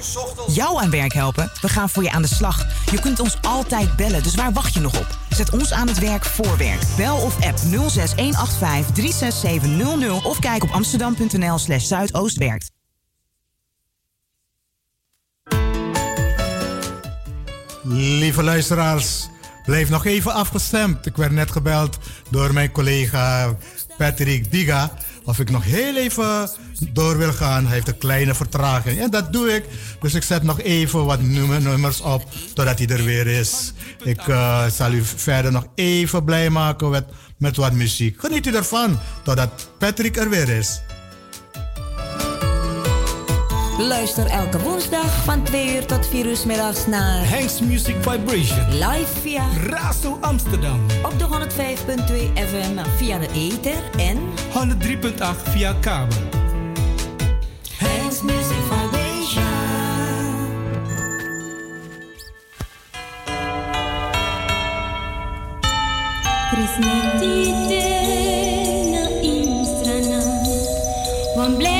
Jou aan werk helpen? We gaan voor je aan de slag. Je kunt ons altijd bellen, dus waar wacht je nog op? Zet ons aan het werk voor werk. Bel of app 06185 36700 of kijk op amsterdam.nl/zuidoostwerkt. Lieve luisteraars, blijf nog even afgestemd. Ik werd net gebeld door mijn collega Patrick Diga of ik nog heel even door wil gaan. Hij heeft een kleine vertraging en dat doe ik. Dus ik zet nog even wat nummers op totdat hij er weer is. Ik zal u verder nog even blij maken met wat muziek. Geniet u ervan totdat Patrick er weer is. Luister elke woensdag van 2 uur tot 4 uur 's middags naar Hanks Music Vibration. Live via Razo Amsterdam. Op de 105.2 FM via de ether en 103.8 via kabel. Hanks Music Vibration. Krishna Tite na Imstrana Wamblei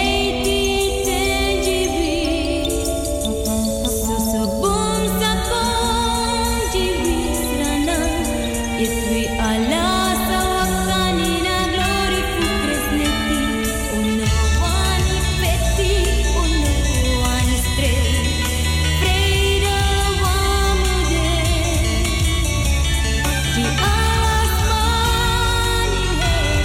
Di asmani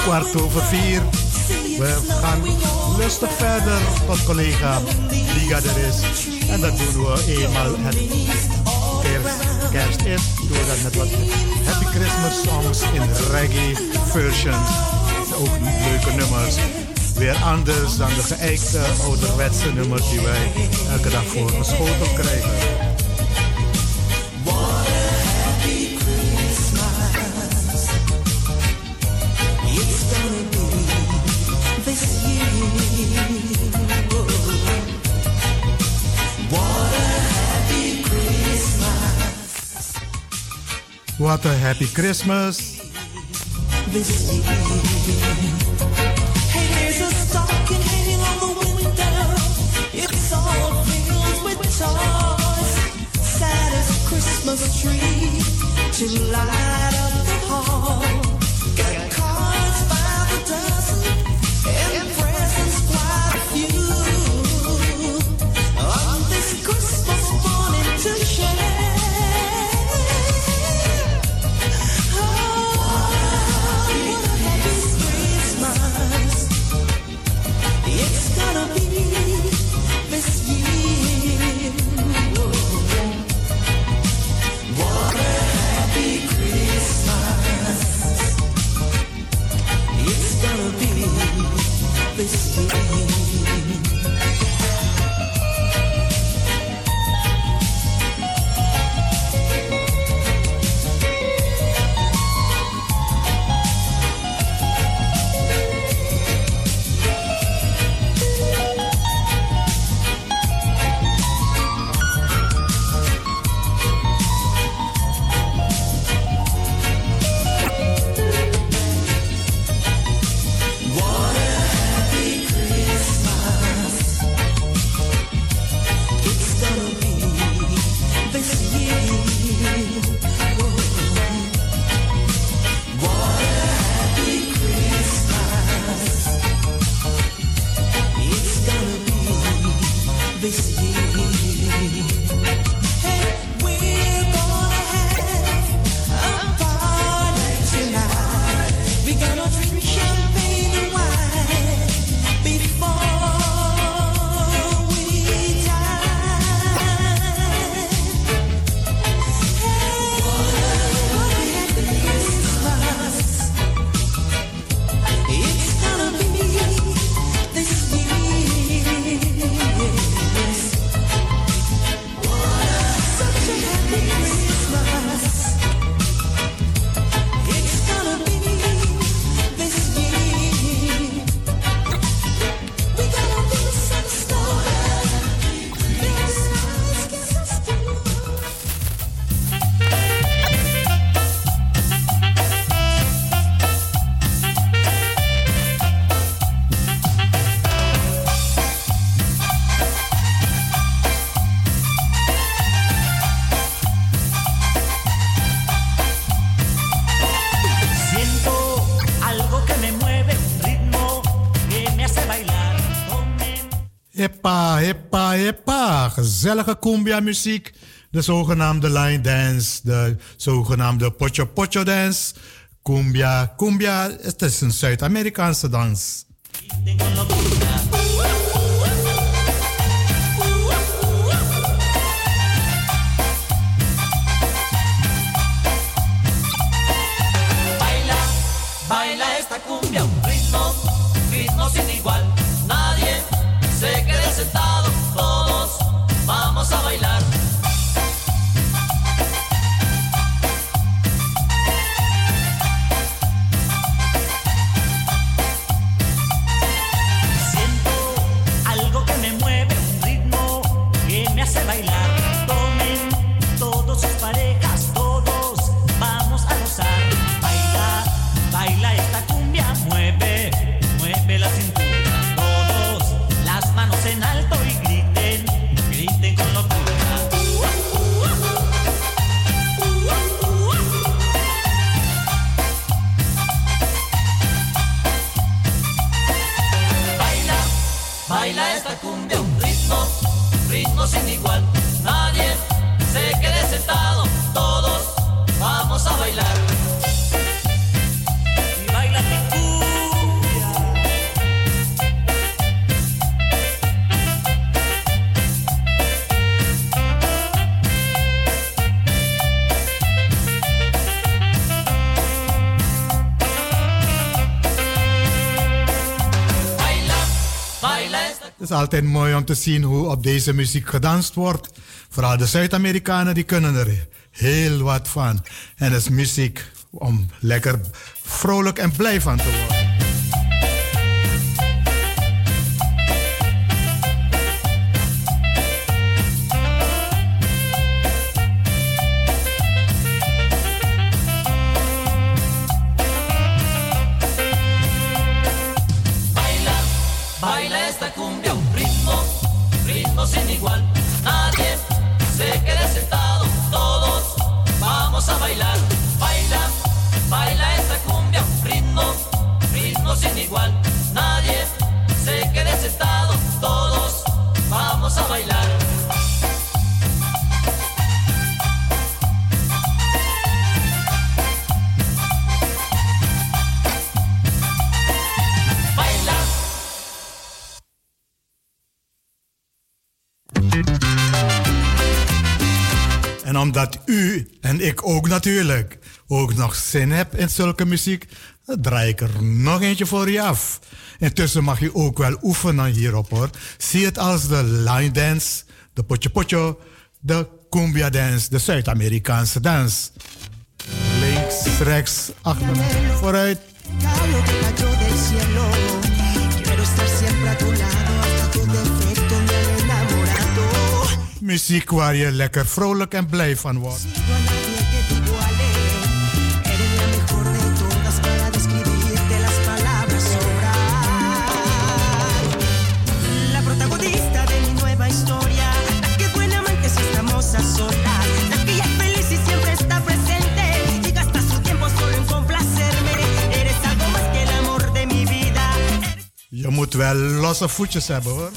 4:15. We gaan lustig verder tot collega Liga er is. En dat doen we eenmaal het kerst is. Doen we dat met wat Happy Christmas songs in reggae versions. Ook leuke nummers. Weer anders dan de geëikte ouderwetse nummers die wij elke dag voor een schotel krijgen. What a happy Christmas. This year. Hey, there's a stocking hanging on the window. It's all filled with toys. Saddest Christmas tree to light up the hall. Got cards by the dozen and presents quite a few. On this Christmas morning to share. Gezellige cumbia muziek, de zogenaamde line dance, de zogenaamde pocho pocho dance. Cumbia, het is een Zuid-Amerikaanse dans. Baila esta cumbia, un ritmo sin igual. Nadie se quede sentado, todos vamos a bailar. Siento algo que me mueve, un ritmo que me hace bailar. Tomen todos sus parejas, todos vamos a gozar. Baila, baila esta cumbia, mueve, mueve la cintura. Todos las manos en alto y griten, griten con locura. Baila, baila esta cumbia, un ritmo sin igual. Nadie se quede sentado, todos vamos a bailar. Y baila mi cumbia. Het is altijd mooi om te zien hoe op deze muziek gedanst wordt. Vooral de Zuid-Amerikanen die kunnen er heel wat van. En het is muziek om lekker vrolijk en blij van te worden. Baila esta cumbia, un ritmo, ritmo sin igual. Nadie se quede sentado, todos vamos a bailar. Baila, baila esta cumbia, un ritmo, ritmo sin igual. Nadie se quede sentado, todos vamos a bailar. En omdat u en ik ook natuurlijk ook nog zin hebt in zulke muziek, dan draai ik er nog eentje voor je af. Intussen mag je ook wel oefenen hierop hoor. Zie het als de line dance, de potje potje, de cumbia dance, de Zuid-Amerikaanse dans. Links, rechts, achter, vooruit. Muziek waar je lekker vrolijk en blij van wordt. Je moet wel losse voetjes hebben hoor.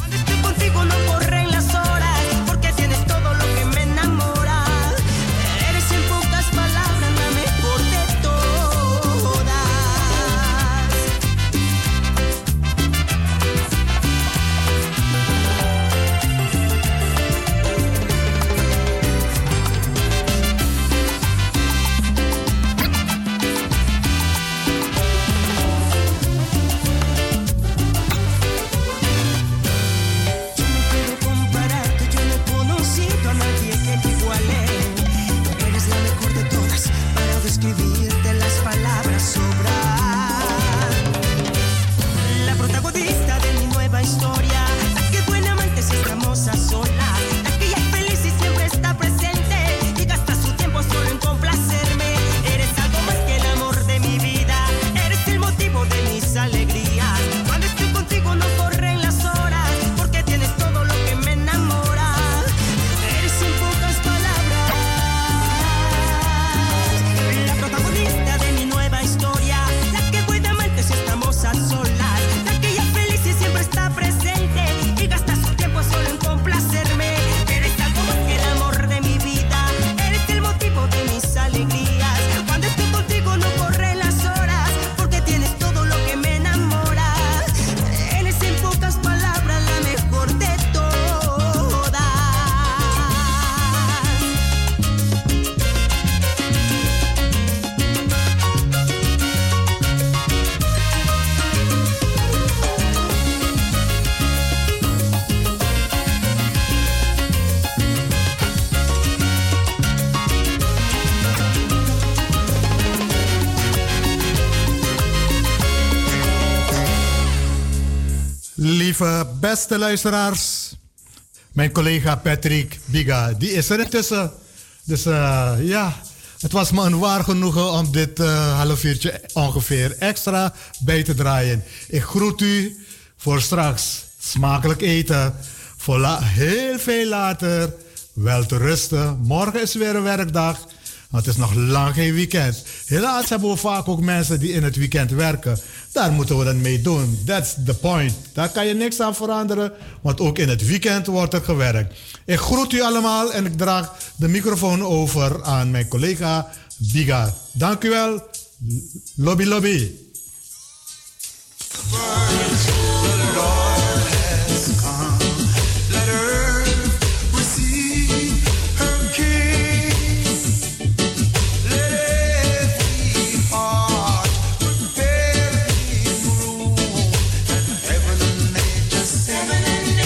Lieve beste luisteraars, mijn collega Patrick Biga, die is er intussen. Dus ja, het was me een waar genoegen om dit half uurtje ongeveer extra bij te draaien. Ik groet u voor straks. Smakelijk eten. Voor heel veel later. Wel te rusten. Morgen is weer een werkdag. Want het is nog lang geen weekend. Helaas hebben we vaak ook mensen die in het weekend werken. Daar moeten we dan mee doen. That's the point. Daar kan je niks aan veranderen. Want ook in het weekend wordt er gewerkt. Ik groet u allemaal en ik draag de microfoon over aan mijn collega Biga. Dank u wel. Lobby, lobby. Heaven and nature,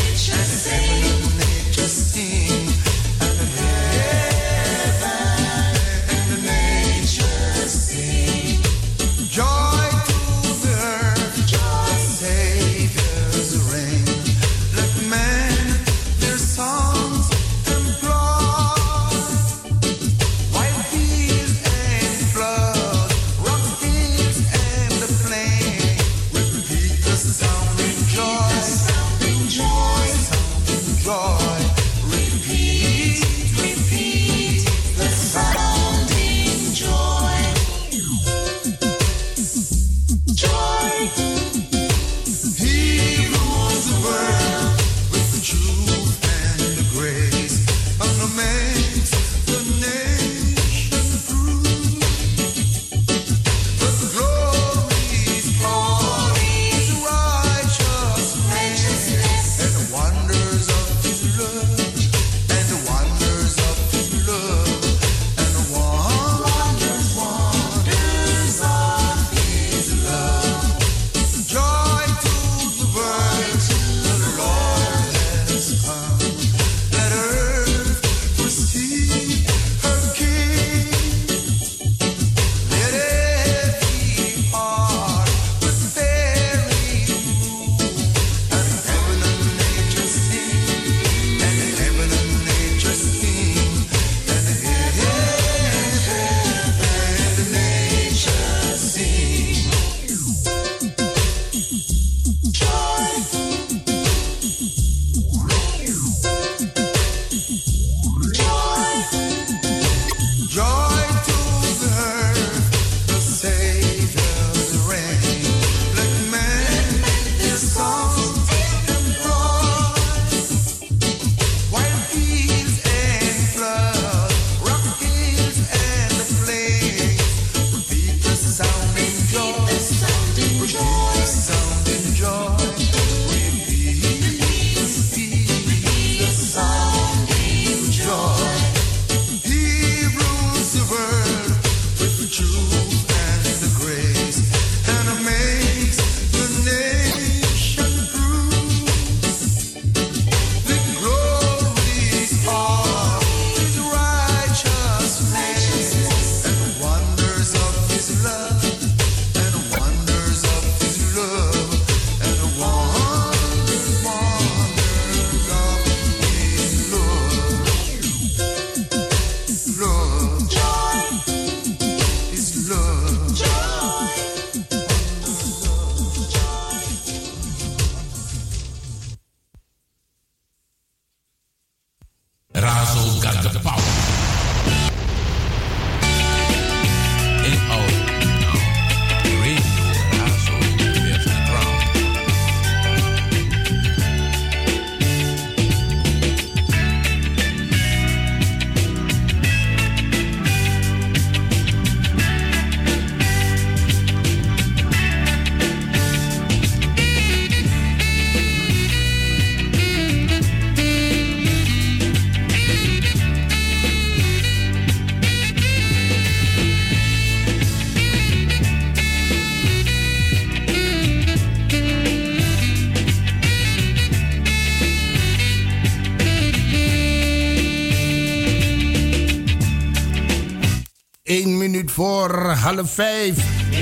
voor 4:30.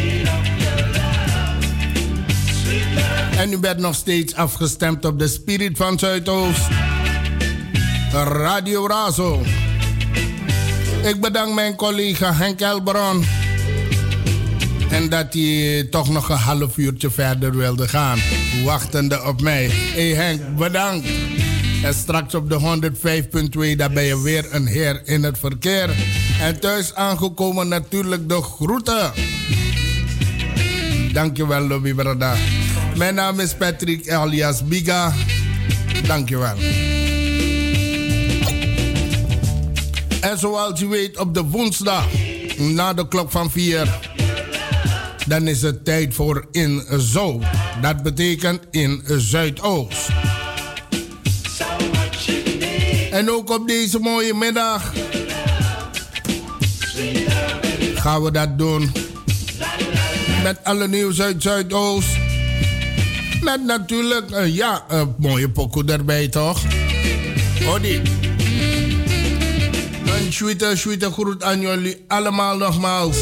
En u bent nog steeds afgestemd op de Spirit van Zuidoost. Radio Razo. Ik bedank mijn collega Henk Elbron. En dat hij toch nog een half uurtje verder wilde gaan. Wachtende op mij. Hey Henk, bedankt. En straks op de 105.2, daar ben je weer een heer in het verkeer. En thuis aangekomen natuurlijk de groeten. Dankjewel, Lobby Brada. Mijn naam is Patrick alias Biga. Dankjewel. En zoals u weet, op de woensdag, na de klok van 4... dan is het tijd voor In Zo. Dat betekent in Zuidoost. En ook op deze mooie middag gaan we dat doen met alle nieuws uit Zuidoost. Met natuurlijk een mooie pokoe erbij, toch? Hoi. Een sweete groet aan jullie allemaal nogmaals.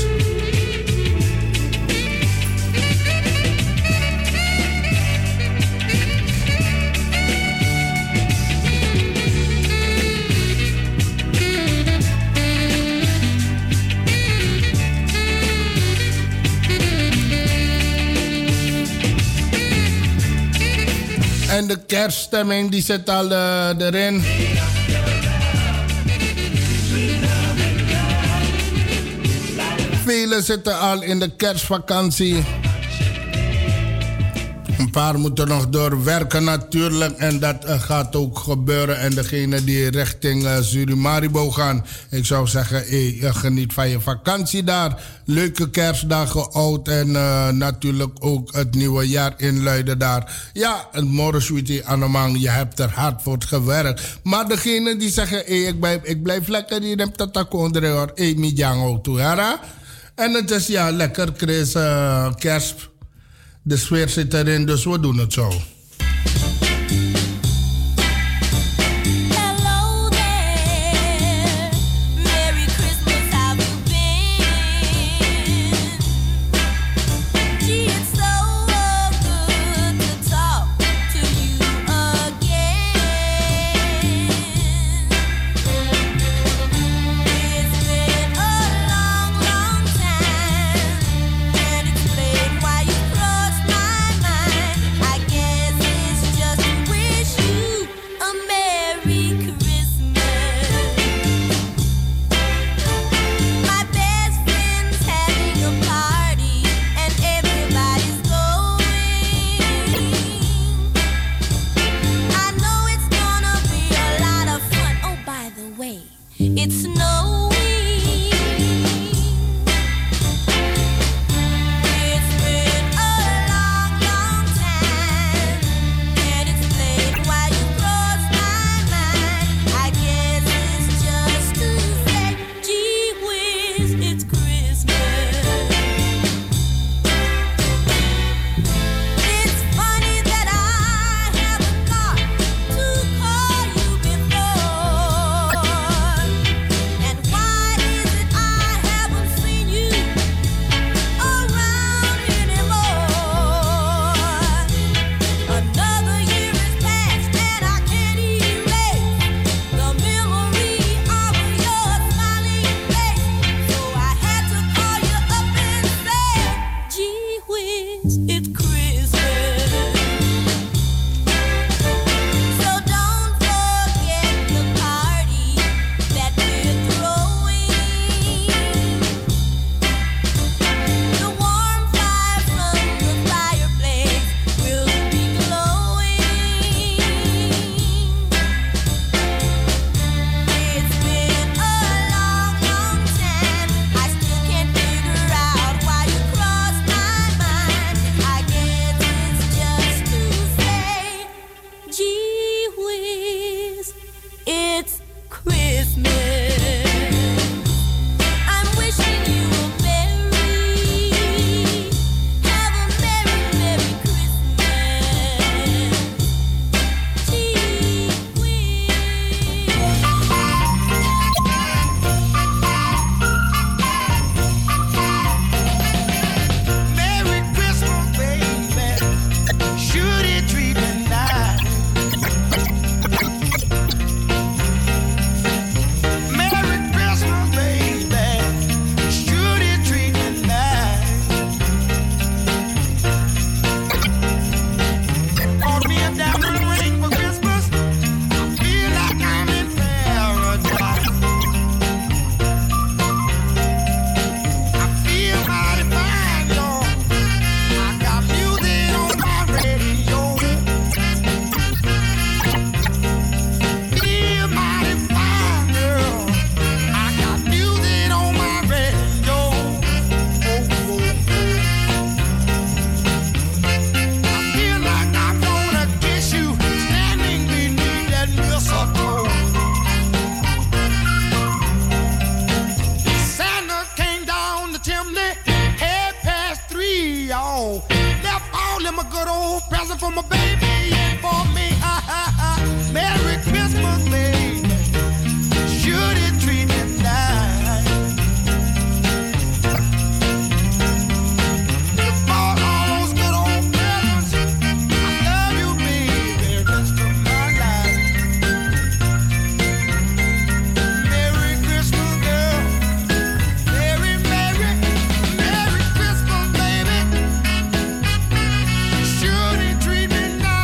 En de kerststemming die zit al erin. Velen zitten al in de kerstvakantie. Een paar moeten nog doorwerken natuurlijk. En dat gaat ook gebeuren. En degene die richting Surimaribo gaan. Ik zou zeggen, geniet van je vakantie daar. Leuke kerstdagen oud. En natuurlijk ook het nieuwe jaar inluiden daar. Ja, het morgen sweetie Anomang. Je hebt er hard voor gewerkt. Maar degene die zeggen, ik blijf lekker hier in Tatakondre hoor. Mijang ook toe, ja. En het is ja lekker Chris, kerst. De sfeer zit erin, dus we doen het zo. him a good old present for my baby and for me. Merry Christmas, baby. Should it treat me nice? You bought all those good old presents. I love you, baby, rest of my life. Merry Christmas, girl. Merry, Merry, Merry Christmas, baby. Should it treat me nice?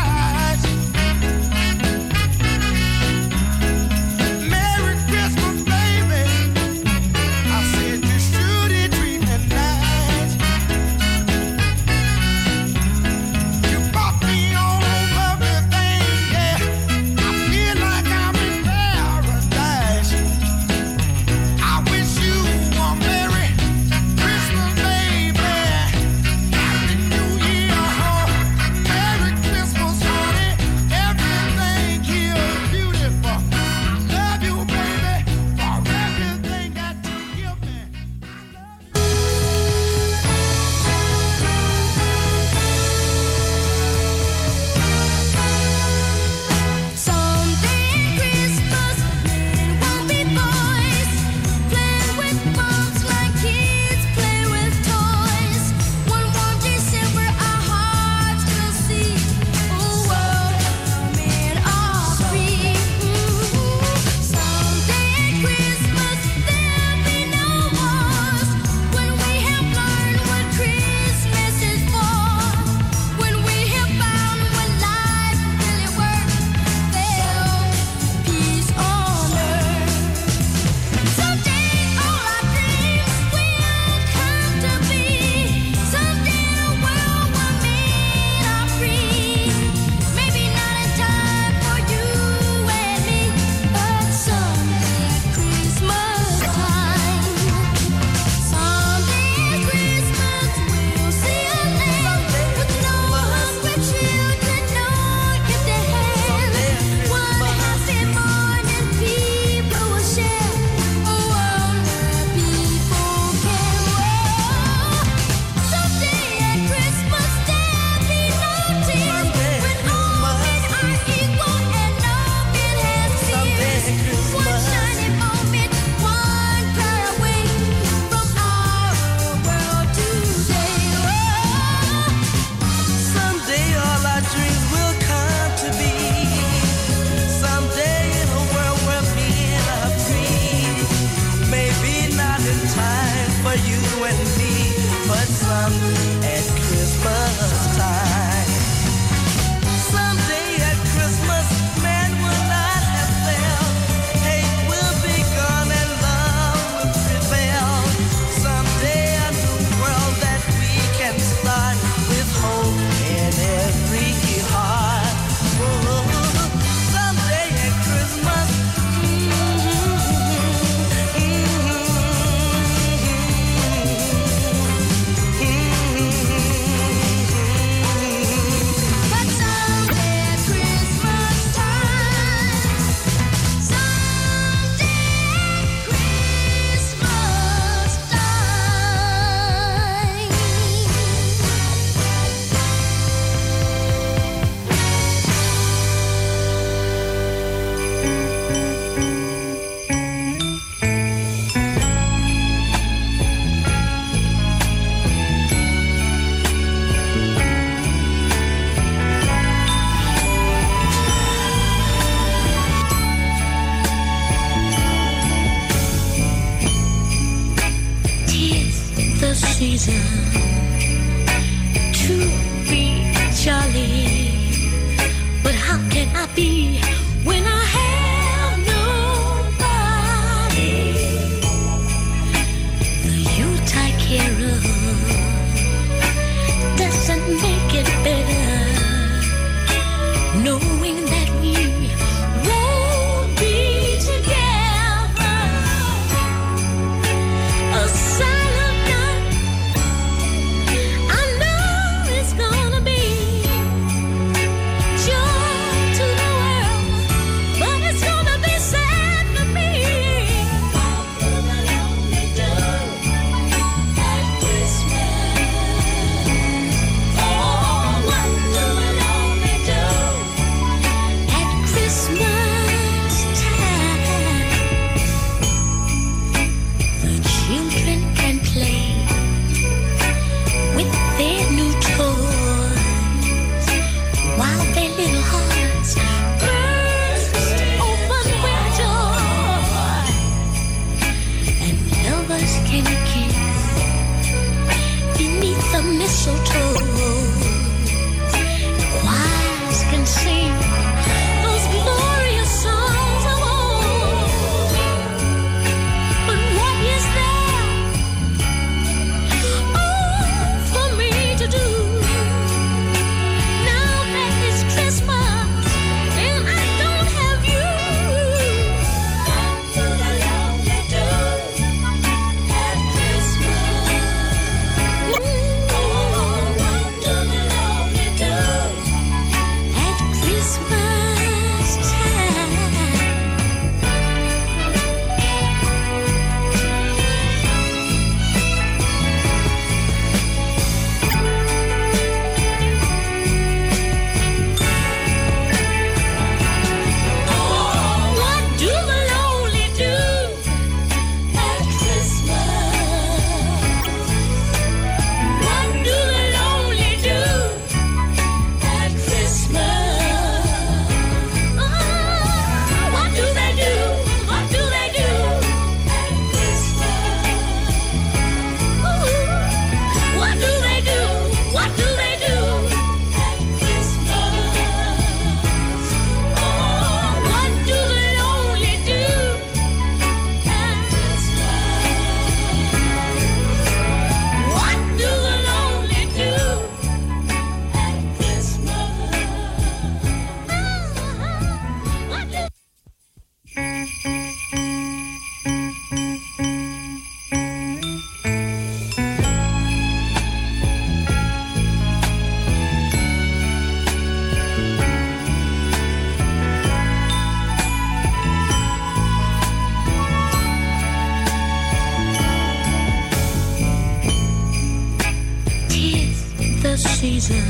reason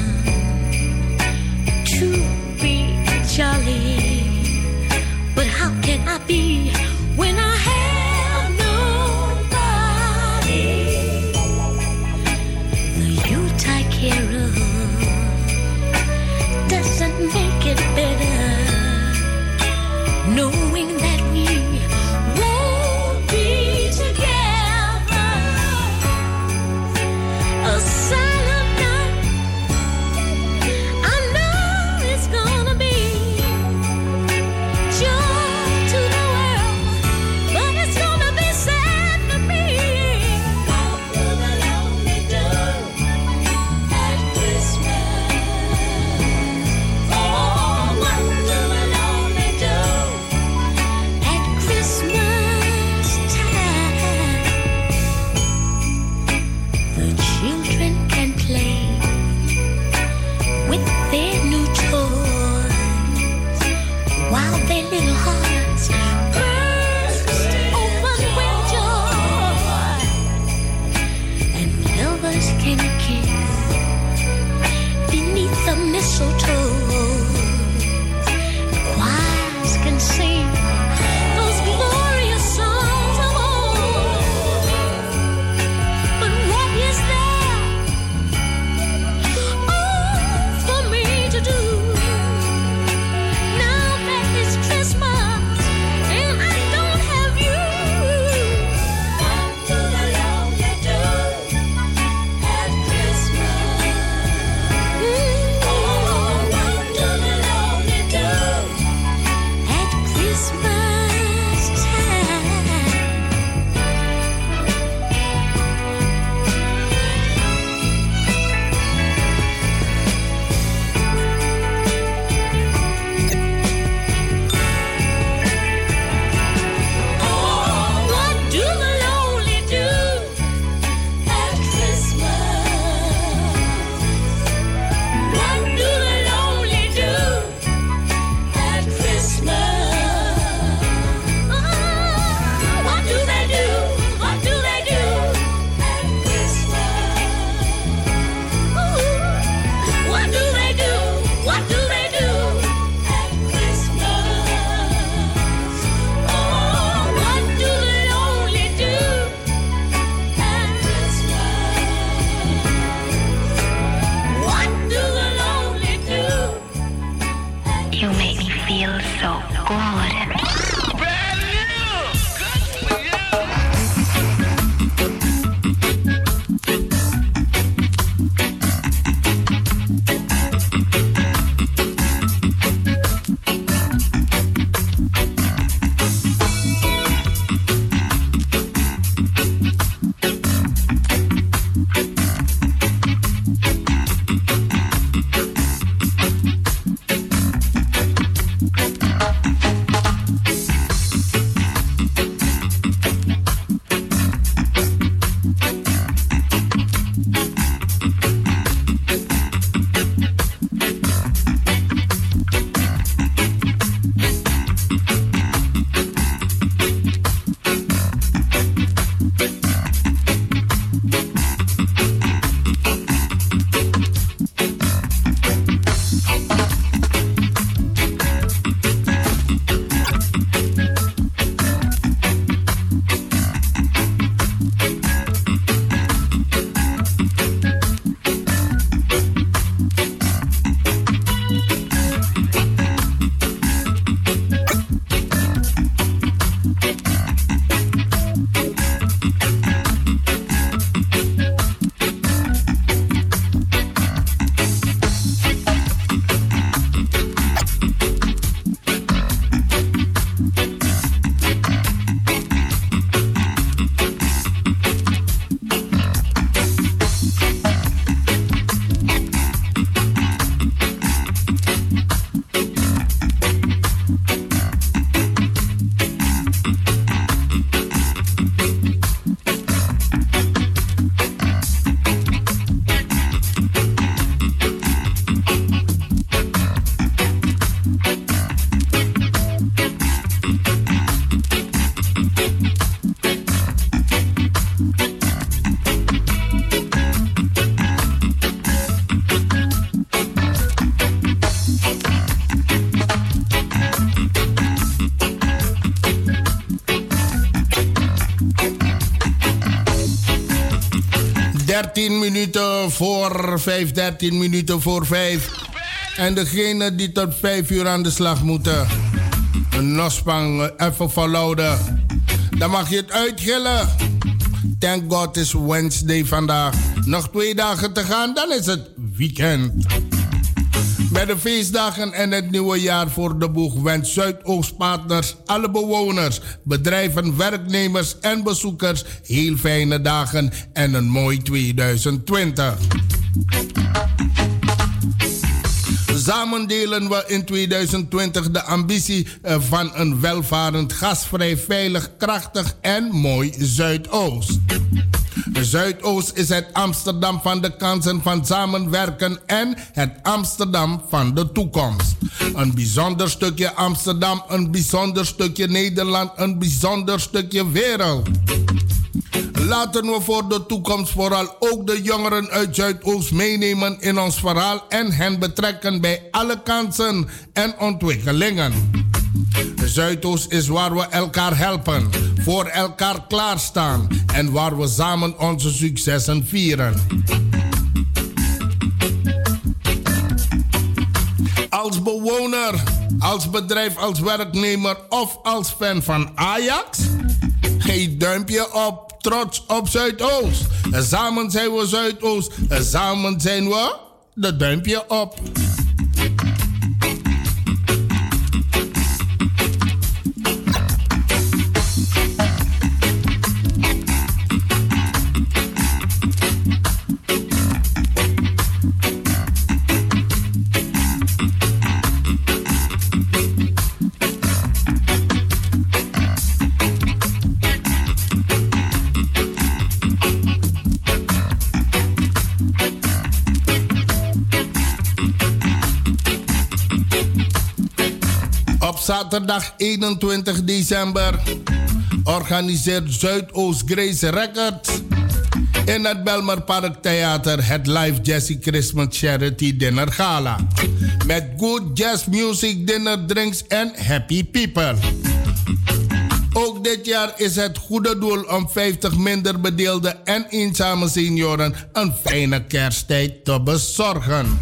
to be jolly. But how can I be when I have nobody? The youth I care of doesn't make it better, knowing that we won't be together. A silent night, I know it's gonna be joy to the world, but it's gonna be sad for me. Out to the lonely door at Christmas. Oh, what to the lonely door at Christmas time. The children can play with their new toys while their little hearts burst open with joy, and lovers can kiss beneath the mistletoe. Choirs can sing those glorious songs of old. But what is there for me to do now that it's Christmas and I don't have you? What do the lonely do at Christmas? Oh, what 13 minuten voor 5, 13 minuten voor 5. En degene die tot 5 uur aan de slag moeten, een nospang even verlouden. Dan mag je het uitgillen. Thank God is Wednesday vandaag. Nog 2 dagen te gaan, dan is het weekend. Bij de feestdagen en het nieuwe jaar voor de boeg wenst Zuidoostpartners alle bewoners, bedrijven, werknemers en bezoekers heel fijne dagen en een mooi 2020. Samen delen we in 2020 de ambitie van een welvarend, gastvrij, veilig, krachtig en mooi Zuidoost. Zuidoost is het Amsterdam van de kansen van samenwerken en het Amsterdam van de toekomst. Een bijzonder stukje Amsterdam, een bijzonder stukje Nederland, een bijzonder stukje wereld. Laten we voor de toekomst vooral ook de jongeren uit Zuidoost meenemen in ons verhaal en hen betrekken bij alle kansen en ontwikkelingen. Zuidoost is waar we elkaar helpen, voor elkaar klaarstaan en waar we samen onze successen vieren. Als bewoner, als bedrijf, als werknemer of als fan van Ajax, geef duimpje op. Trots op Zuidoost. Samen zijn we Zuidoost. Samen zijn we de duimpje op. Zaterdag 21 december organiseert Zuidoost Grace Records in het Belmerpark Theater het Live Jazzy Christmas Charity Dinner Gala. Met good jazz music, dinner, drinks en happy people. Ook dit jaar is het goede doel om 50 minder bedeelde en eenzame senioren een fijne kersttijd te bezorgen.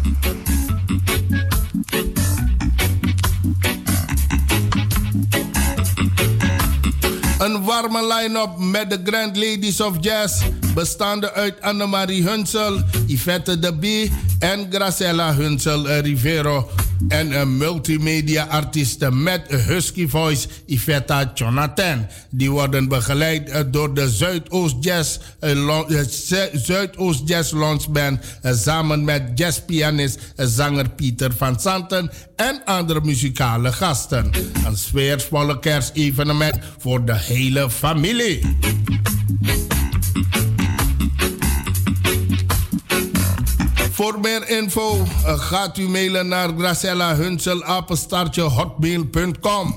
Een warme line-up met de Grand Ladies of Jazz, bestaande uit Annemarie Hunsel, Yvette de Bie en Gracella Hunsel Rivero. En een multimedia-artieste met husky voice, Yvette Jonathan. Die worden begeleid door de Zuidoost Jazz Lounge Band, samen met jazzpianist, zanger Pieter van Santen en andere muzikale gasten. Een sfeervolle kerstevenement voor de hele familie. Voor meer info gaat u mailen naar gracellahunzel@hotmail.com.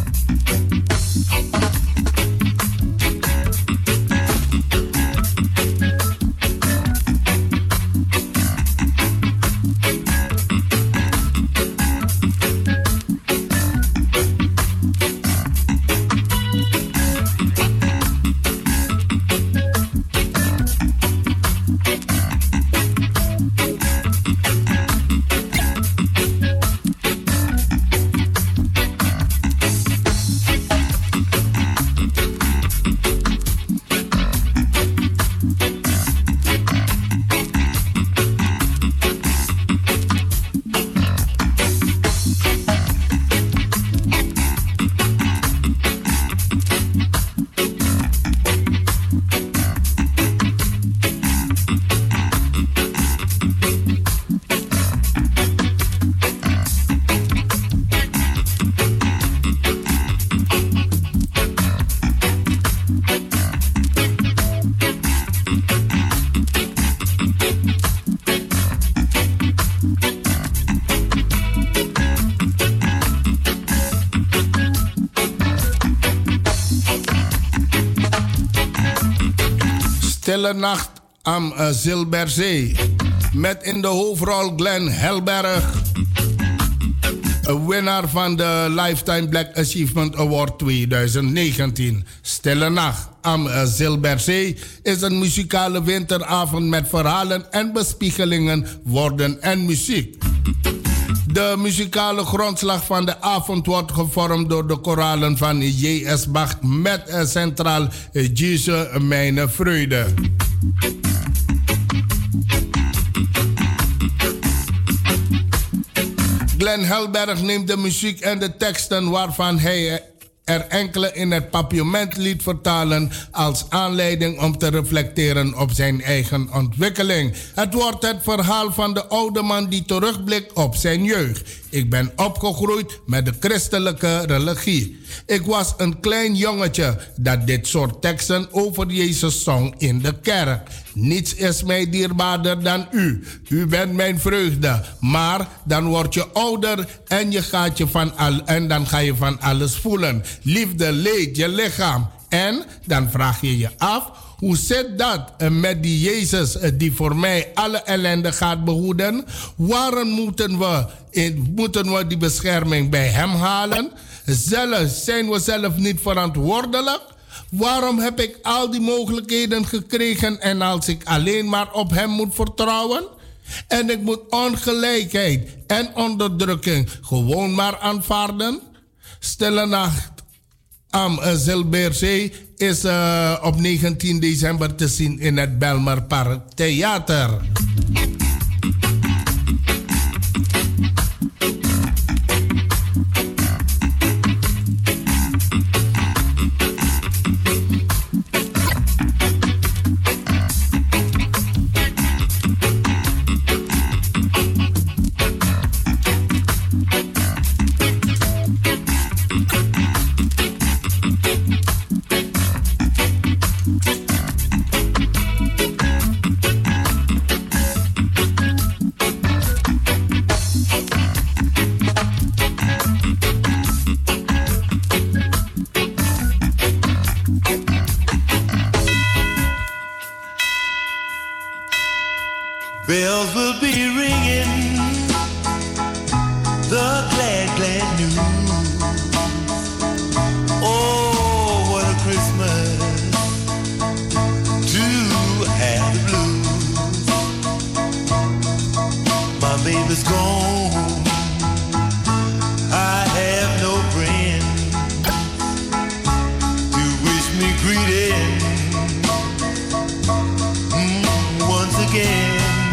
Stille Nacht am Zilberzee. Met in de hoofdrol Glenn Helberg. Winnaar van de Lifetime Black Achievement Award 2019. Stille Nacht am Zilberzee is een muzikale winteravond met verhalen en bespiegelingen, woorden en muziek. De muzikale grondslag van de avond wordt gevormd door de koralen van J.S. Bach met centraal Jezus Mijn Vreugde. Glenn Helberg neemt de muziek en de teksten waarvan hij er enkele in het papierment liet vertalen als aanleiding om te reflecteren op zijn eigen ontwikkeling. Het wordt het verhaal van de oude man die terugblikt op zijn jeugd. Ik ben opgegroeid met de christelijke religie. Ik was een klein jongetje dat dit soort teksten over Jezus zong in de kerk. Niets is mij dierbaarder dan u. U bent mijn vreugde. Maar dan word je ouder en, dan ga je van alles voelen. Liefde leed je lichaam. En dan vraag je je af, hoe zit dat met die Jezus die voor mij alle ellende gaat behoeden? Waarom moeten we die bescherming bij hem halen? Zijn we zelf niet verantwoordelijk? Waarom heb ik al die mogelijkheden gekregen en als ik alleen maar op hem moet vertrouwen? En ik moet ongelijkheid en onderdrukking gewoon maar aanvaarden? Stille Nacht am Zilberzee is op 19 december te zien in het Belmerpark Theater. Bells will be ringing, the glad, glad news. Oh, what a Christmas to have the blues. My baby's gone, I have no friend to wish me greeting once again.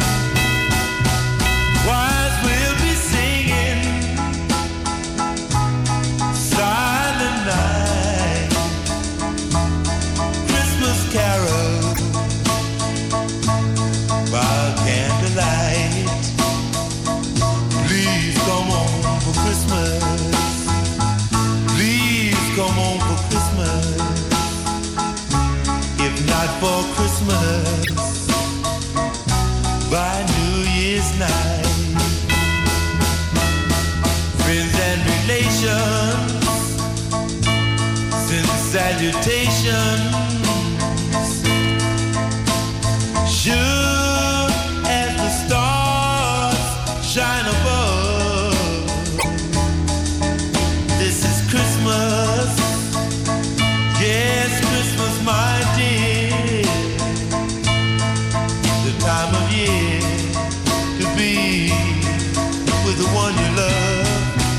For Christmas by New Year's night, friends and relations send salutations, sure as the stars shine above. This is Christmas, yes, Christmas, my dear. Time of year to be with the one you love.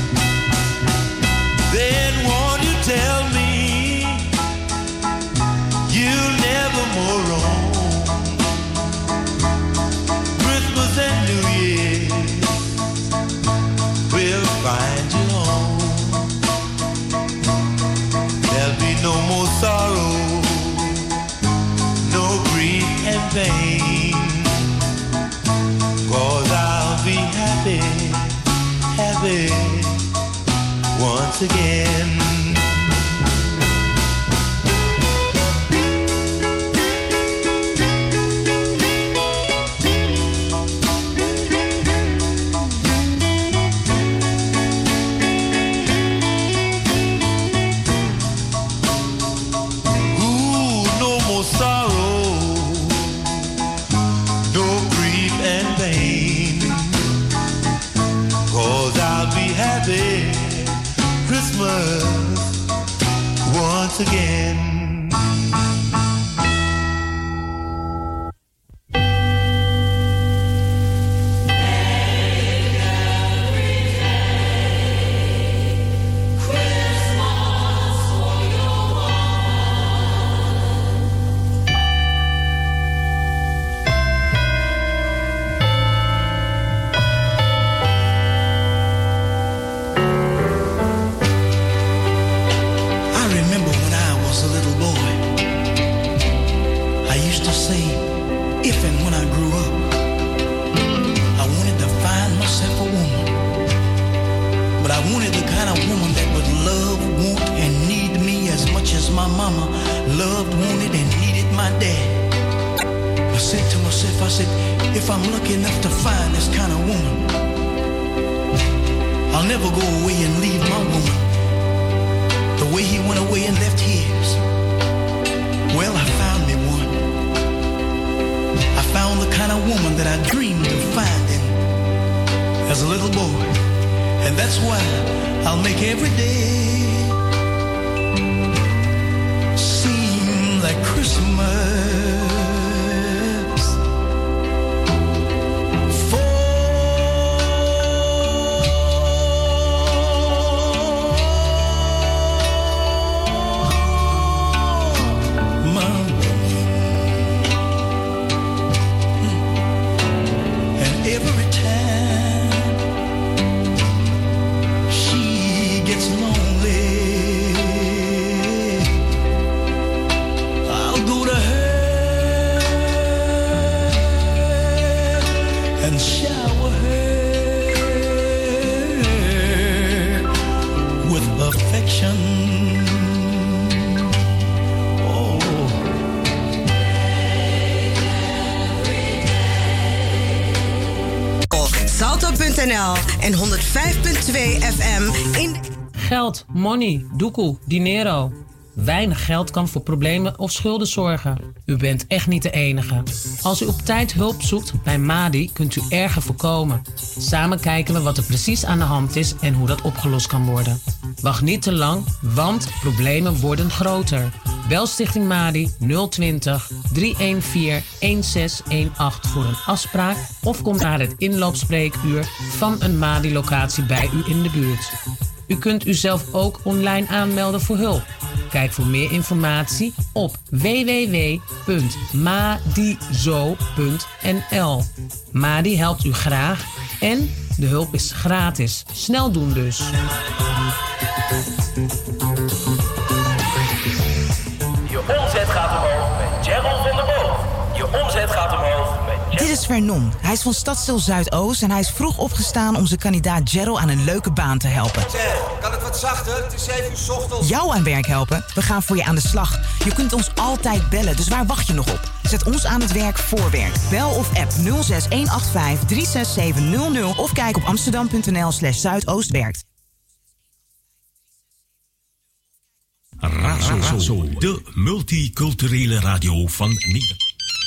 Then won't you tell me you'll never more roam? Christmas and New Year will find you home. There'll be no more sorrow, no grief and pain. 'Cause I'll be happy, happy once again. Happy there. Christmas once again. Salto.nl en 105.2 FM in... Geld, money, doekoe, dinero. Weinig geld kan voor problemen of schulden zorgen. U bent echt niet de enige. Als u op tijd hulp zoekt bij Madi, kunt u erger voorkomen. Samen kijken we wat er precies aan de hand is en hoe dat opgelost kan worden. Wacht niet te lang, want problemen worden groter. Bel Stichting Madi 020 314 1618 voor een afspraak of kom naar het inloopspreekuur van een Madi-locatie bij u in de buurt. U kunt uzelf ook online aanmelden voor hulp. Kijk voor meer informatie op www.madizo.nl. Madi helpt u graag en de hulp is gratis. Snel doen dus. Je omzet gaat omhoog met Gerald van der Boog. Je omzet gaat omhoog met Gerald. Dit is Vernon. Hij is van Stadsdeel Zuidoost en hij is vroeg opgestaan om zijn kandidaat Gerald aan een leuke baan te helpen. Zeg, kan het wat zachter? Het is 7 uur 's ochtends. Jou aan werk helpen? We gaan voor je aan de slag. Je kunt ons altijd bellen, dus waar wacht je nog op? Zet ons aan het werk voor werk. Bel of app 06185 36700 of kijk op amsterdam.nl/zuidoostwerkt. Razo, de multiculturele radio van Nederland.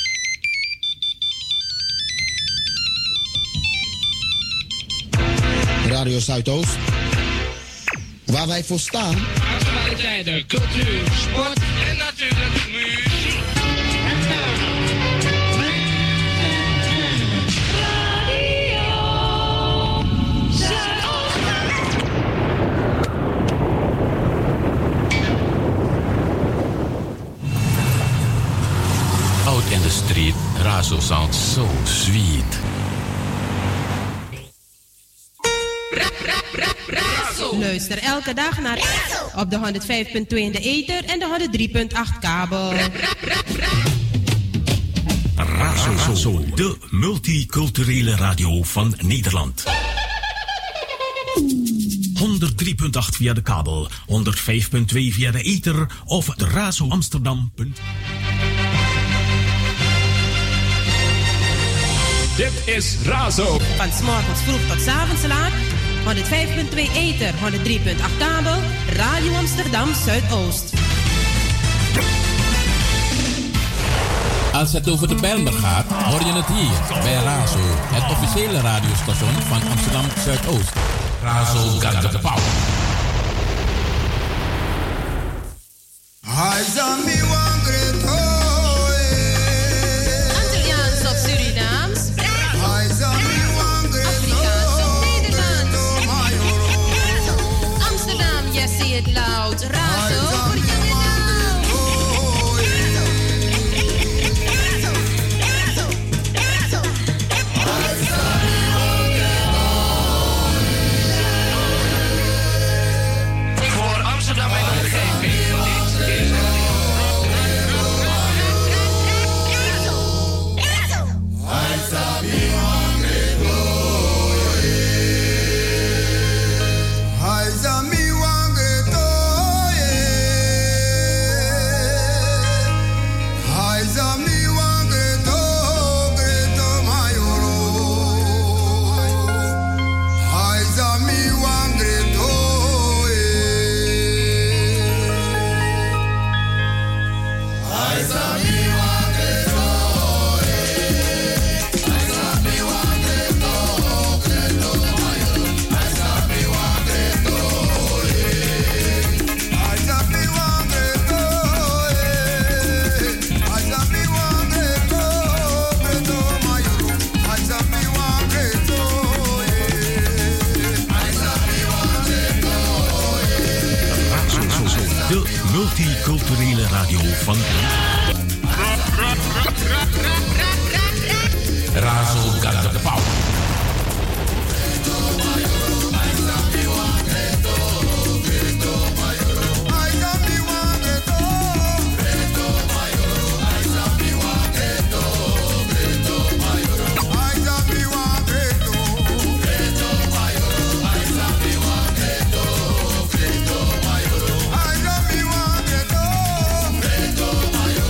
Radio Zuidoost, waar wij voor staan. Actualiteiten, cultuur, sport en natuurlijk muziek. Out in the street, Razo sounds so sweet. Luister elke dag naar op de 105.2 in de ether en de 103.8 kabel. Razo, de multiculturele radio van Nederland. 103.8 via de kabel, 105.2 via de ether of de Razo Amsterdam. Dit is Razo. Van 's morgens vroeg tot 's avonds laat. 105.2 ether, 103.8 kabel, Radio Amsterdam Zuidoost. Als het over de Bijlmer gaat, hoor je het hier bij Razo, het officiële radiostation van Amsterdam Zuidoost. Razo got the power. Antilliaans of Surinaams. Afrikaans of Nederlands. Amsterdam, yes, say it loud. Razo, bring it Voor Amsterdam en omgeving. Dit is De multiculturele radio van Razo got the power. Mayo.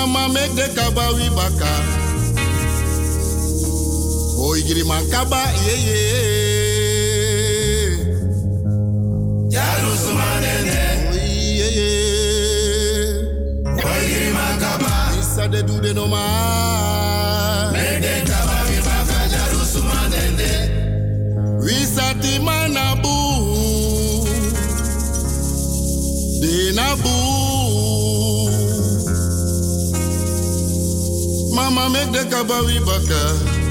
Mama make the kaba wi baka. Oi giri man kaba ye ye. Jaru sumanene. Oi ye ye. Oi giri man kaba. Isa de du de no ma. Make the kaba wi baka jaru sumanene. Wisati manabu. Denabu. Mama make the kaba wi baka.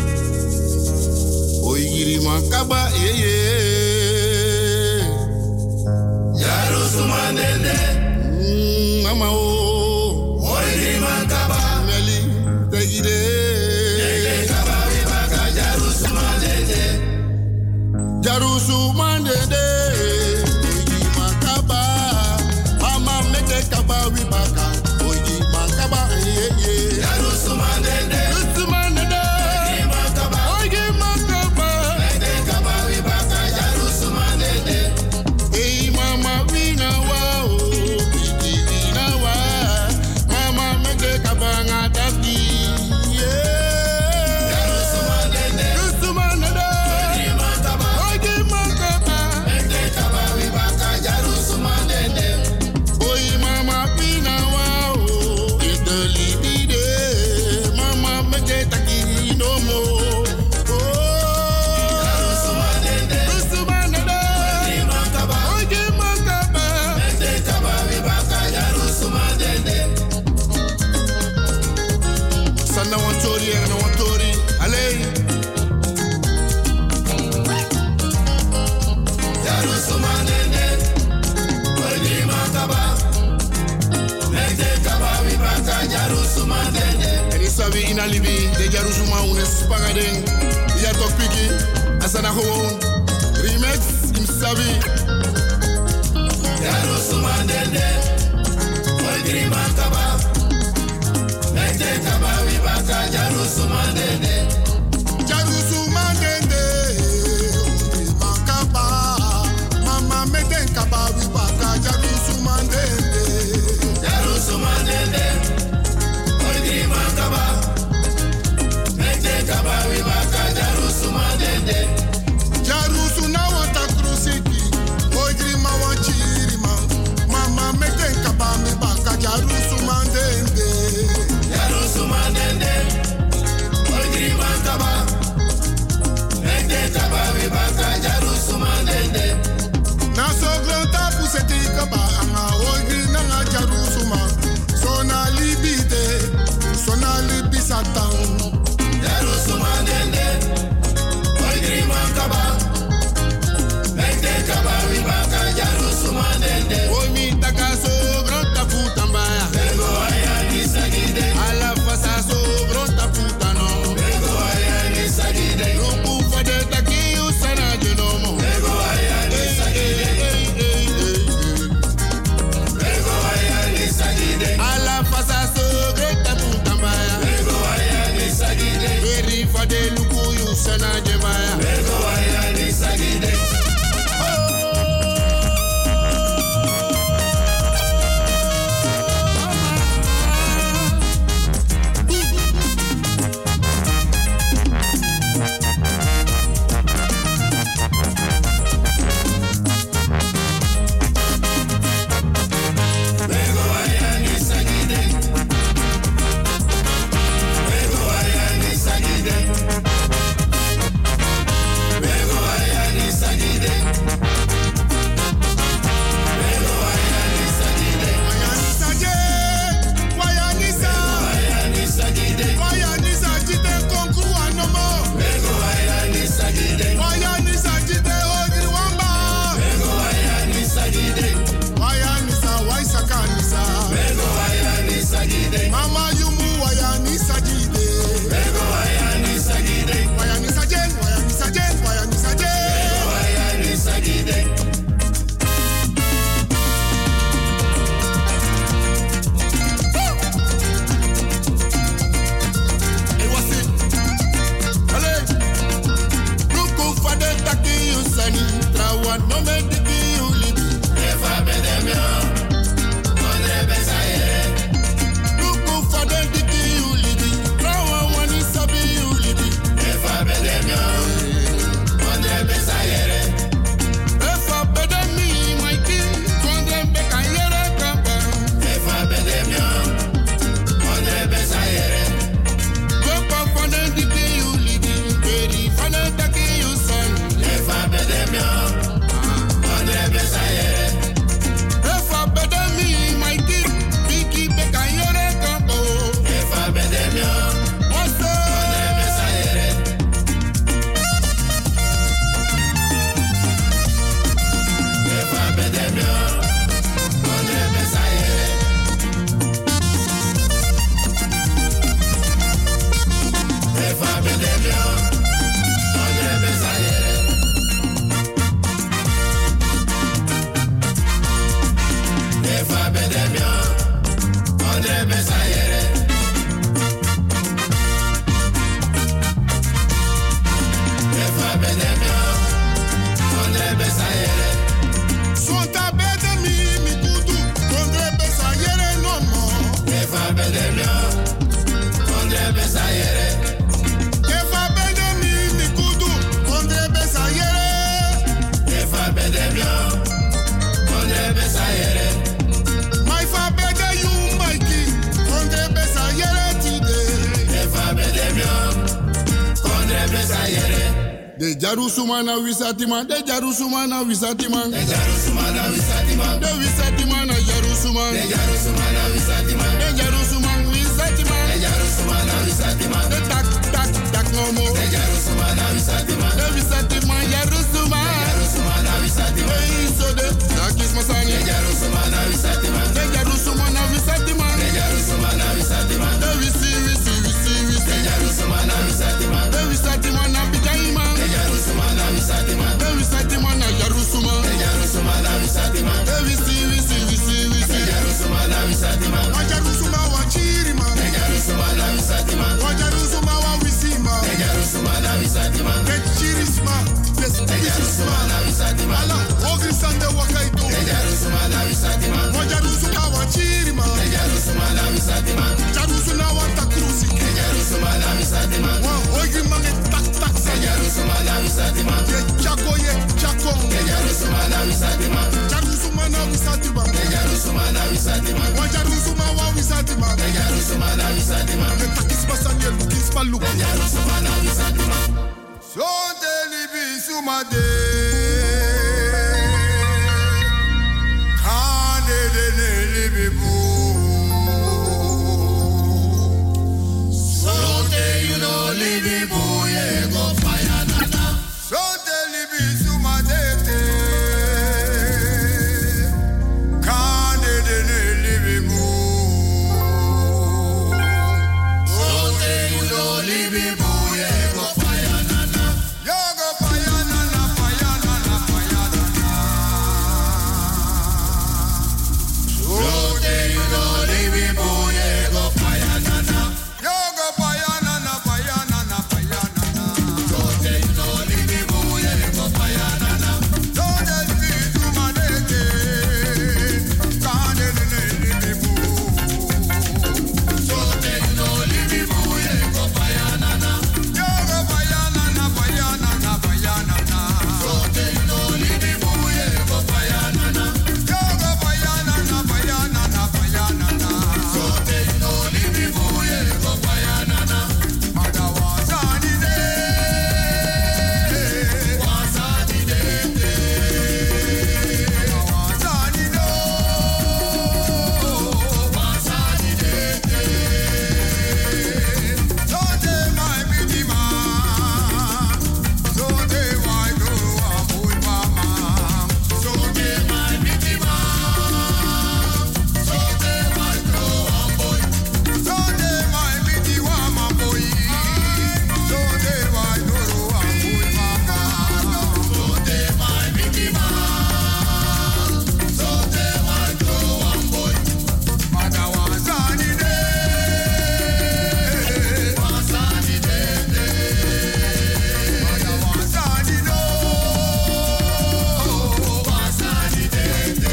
Oi giri man kaba ye ye. Jaru sumanene. Mama o. Oi giri man kaba. Meli tegide. Make the kaba wi baka jaru sumanene. Jaru sumanene. Oi giri man kaba. Mama make the kaba wi baka. Oi giri man kaba ye ye. Jaru sumanene. Sabi in alibi, de Jaruzuma unes pangading. Ja toch piki, asana gewoon. Remix, im sabi. Jaruzuma dende, oi grima kaba. Mete kaba wibaka Jaruzuma dende. Jaruzuma dende, grima kaba. Mama mete kaba wibaka Jaruzuma dende. Jaruzuma dende. Kaba, mete kaba wibaka Jaruzuma dende. Jarusu na wata krusiki, oigrima wachirima. Mama mete kaba wibaka Jaruzuma dende. Jaruzuma dende, oigrima kaba. Mete kaba wibaka Jaruzuma dende. Na so glota puseti kaba anga oigrina nga Jaruzuma. Sona libide. Sonali bisatan Jaruzuma dende Oi grima kaba Mete kaba wibaka Jaruzuma dende Oi mi takaso grota puta mbaya Bego aya ni sagide Ala fasa so grota puta no Bego aya ni sagide Rumpu fade taki usana genomo Bego aya ni sagide Bego aya ni sagide Ala fasa so grota puta Veri fade luku yu sana jemaya. Bego aya ni sagide. Mama yumu wayani sagide. Bego wayani sagide. Wayani sajen, wayani sajen, wayani sajen. Bego wayani sagide. Hey, what's it? Allez. Luku fade taki usani. Trawan no me diki ulibi. Eva De Jarusumana Wisatima, de Jarusumana Wisatima, de Jarusumana Wisatima, de Wisatimana Jarusuman, de Jarusumana Wisatima, de Jarusuman Wisatima, de Jarusumana Wisatima, de Tak Tak Tak Nomo, de Jarusumana Wisatima, de Wisatima Jarusuma, de Jarusumana Wisatima, so de Takis Masani, de Jarusumana Wisatima, de Jarusumana Wisatima, de Jarusumana Wisatima, de Wisi, de Jarusumana Wisatima, de Wisatimana Bijaima, de Jarusumana Wisatima, de Wisatimana Jarusuma, de Jarusumana Wisatima, de Wisi, de Jarusumana Wisatima, Wajarusuma Wachirima, de Jarusumana Wisatima, Wajarusuma Wisima, de Jarusumana Wisatima, de Chirisma, de Jarusumana Wisatima, ala Ogrisande Wakaito, de Jarusumana Wisatima, Wajarusuma Wachirima, de Jarusumana Wisatima, Jarusuna Watakrusi, de Jarusumana Wisatima, Ogrimane Tak Tak, de Jarusumana Wisatima, de Chakoye Chakong, de Jarusumana Wisatima, Jarusumana Wisatima, de Jarusumana Wisatima, Wajarusuma Wisatima, de Jarusumana Wisatima, de Takis Basanye Lukis Paluk, de Jarusumana Wisatima. Sonte libi sumade, kane de libi bu. Sonte you know libi bu ye go fire nana. Sonte libi sumade te, kane de libi bu. Sonte you know libi bu ye go fire nana. Yo go fire nana, fire nana, fire nana. Sonte you know libi bu ye go fire nana. Yo go fire nana, fire nana, fire nana. Sonte you know libi bu ye go fire nana. Sonte libi sumadeke, kane de libi bu. Sonte you know libi bu ye go fire nana. Yo go fire nana, fire nana, fire nana. Sonte you know libi bu ye go fire nana. Yo go fire nana, fire nana, fire nana. Sonte you know libi bu ye go fire nana. Mada wasani de, wasani de de. Wasani do, wasani de de. Sonte my baby ma, sonte why do amul mama. Sonte my baby ma, sonte why do amul. Sonte my baby wa ma boy, sonte why do amul mama. Sonte my baby ma, sonte why do amul. Mada wasani de, wasani de de. Mada wasani do, wasani de de.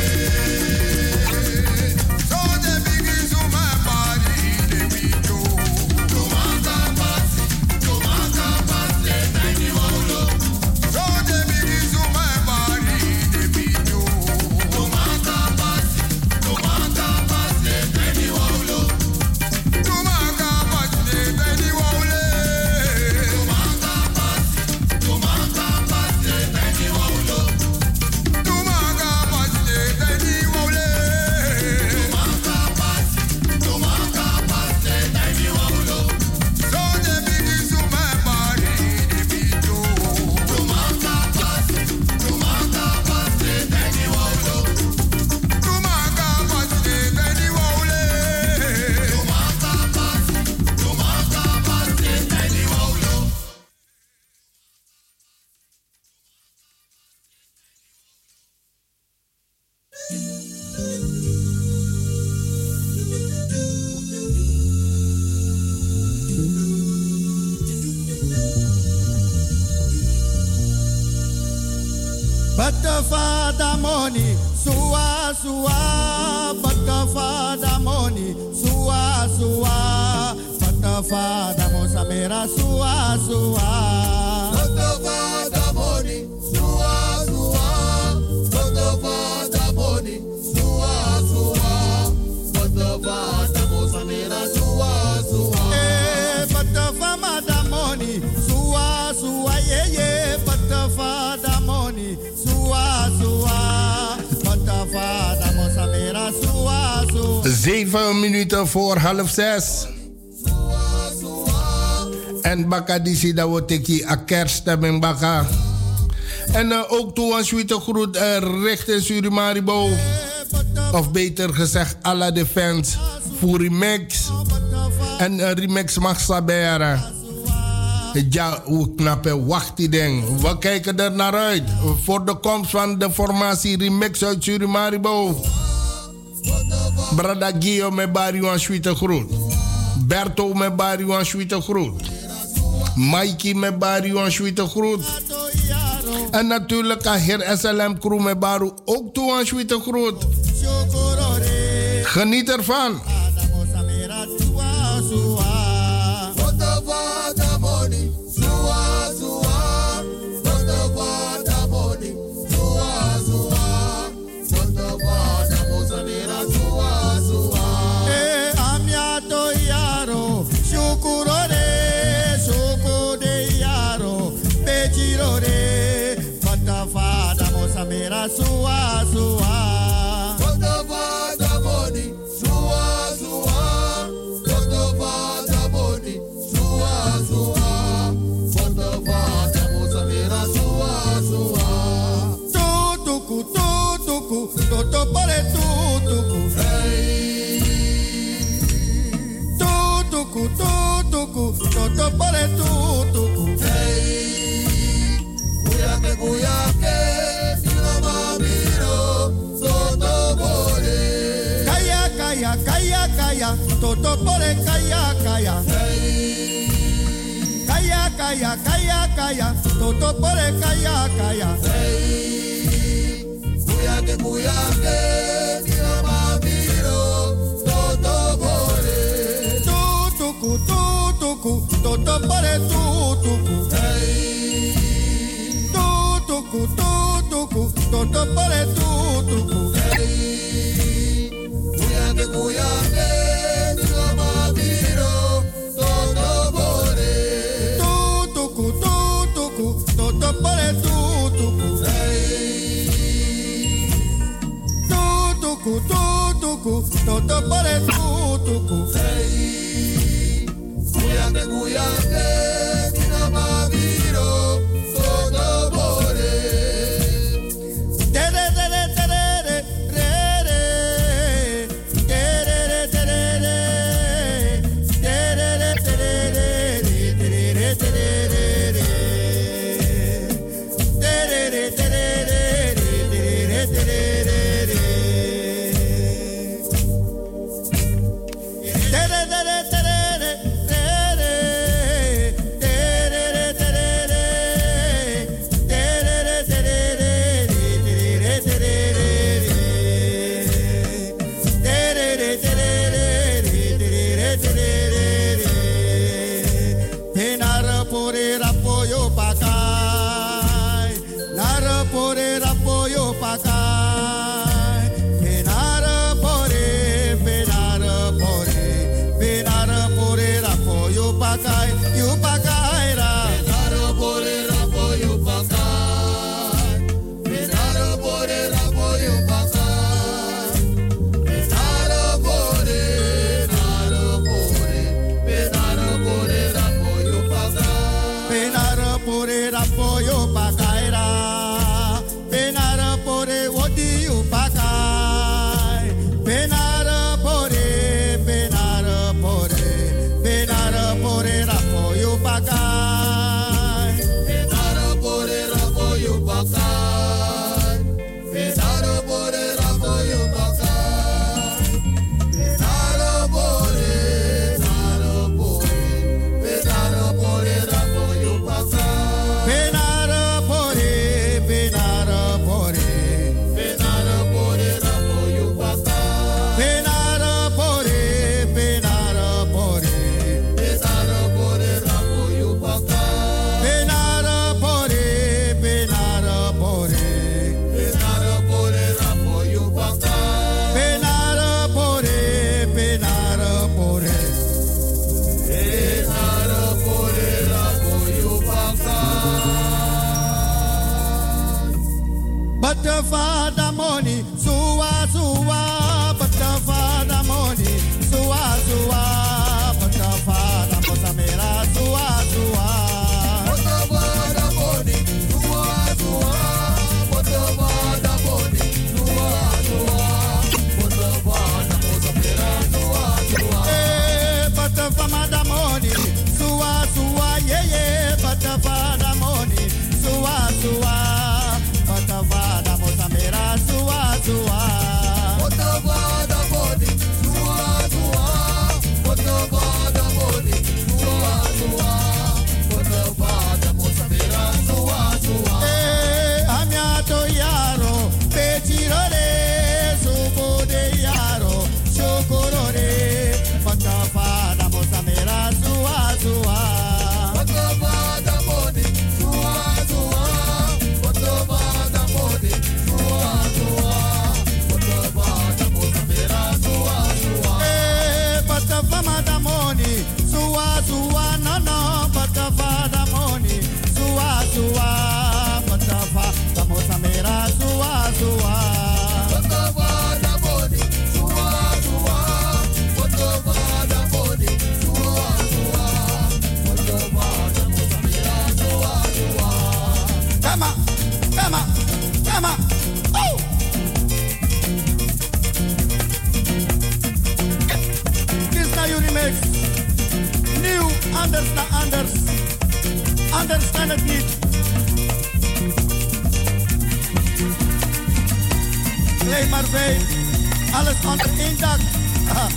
Sonte bigi suma bari de bijo. Tumanga pasi le tani wolo. Sonte bigi suma bari de bijo. Tumanga pasi le tani wolo. Tumanga pasi le tani wole. Tumanga pasi le tani wolo. Tumanga pasi le tani wole. Tumanga pasi le tani wolo. Sonte bigi suma bari de bijo. Tumanga pasi le tani wolo. Tumanga pasi le tani wole. Tumanga pasi le tani wolo. Butterfly money, sua sua. Butterfly money, sua sua. Butterfly mosamera sua sua. Butterfly money, sua sua. Butterfly money, sua sua. Butterfly mosamera sua sua. Butterfly money, sua sua yeah yeah. 7 minuten voor 5:30. En baka disi dat we teki a kerststemming baka. En ook toe een sweete groet richting Surimaribo. Of beter gezegd, alla de fans voor Remix. En Remix mag saberen. Ja, hoe knappe wacht die ding. We kijken er naar uit. Voor de komst van de formatie Remix uit Surimaribo. Brada Gio met Barrio en sweete groet. Berto met Barrio en sweete groet. Mikey met Barrio en sweete groet. En natuurlijk een heer SLM crew met Baru ook toe een sweete groet. Geniet ervan. Sua, sua. Botafada money, sua, sua. Botafada money, sua, sua. Botafada mosamera, sua, sua. Tutuku, tutuku, totopare tutuku. Hey. Tutuku, tutuku, totopare tutuku. Hey. Kuyake, kuyake. Kaya, kaya, kaya, toto pore kaya, kaya. Kaya, kaya, kaya, kaya, toto pore kaya, kaya. Kuyake, kuyake, tira mamiro, toto pore. Tutuku, tutuku, toto pore tutuku. Tutuku, tutuku, toto pore tutuku. Kuyake, tira mamiro, toto pore. Tutuku, tutuku, toto pore tutuku. Tutuku, tutuku, toto pore tutuku. Kuyake, kuyake, tira mamiro, toto pore. Tere, tere, tere, tere. Butterfly money, suwa suwa, anders na anders. Anders kan het niet. Alleen maar wij. Alles onder één dak. Aha.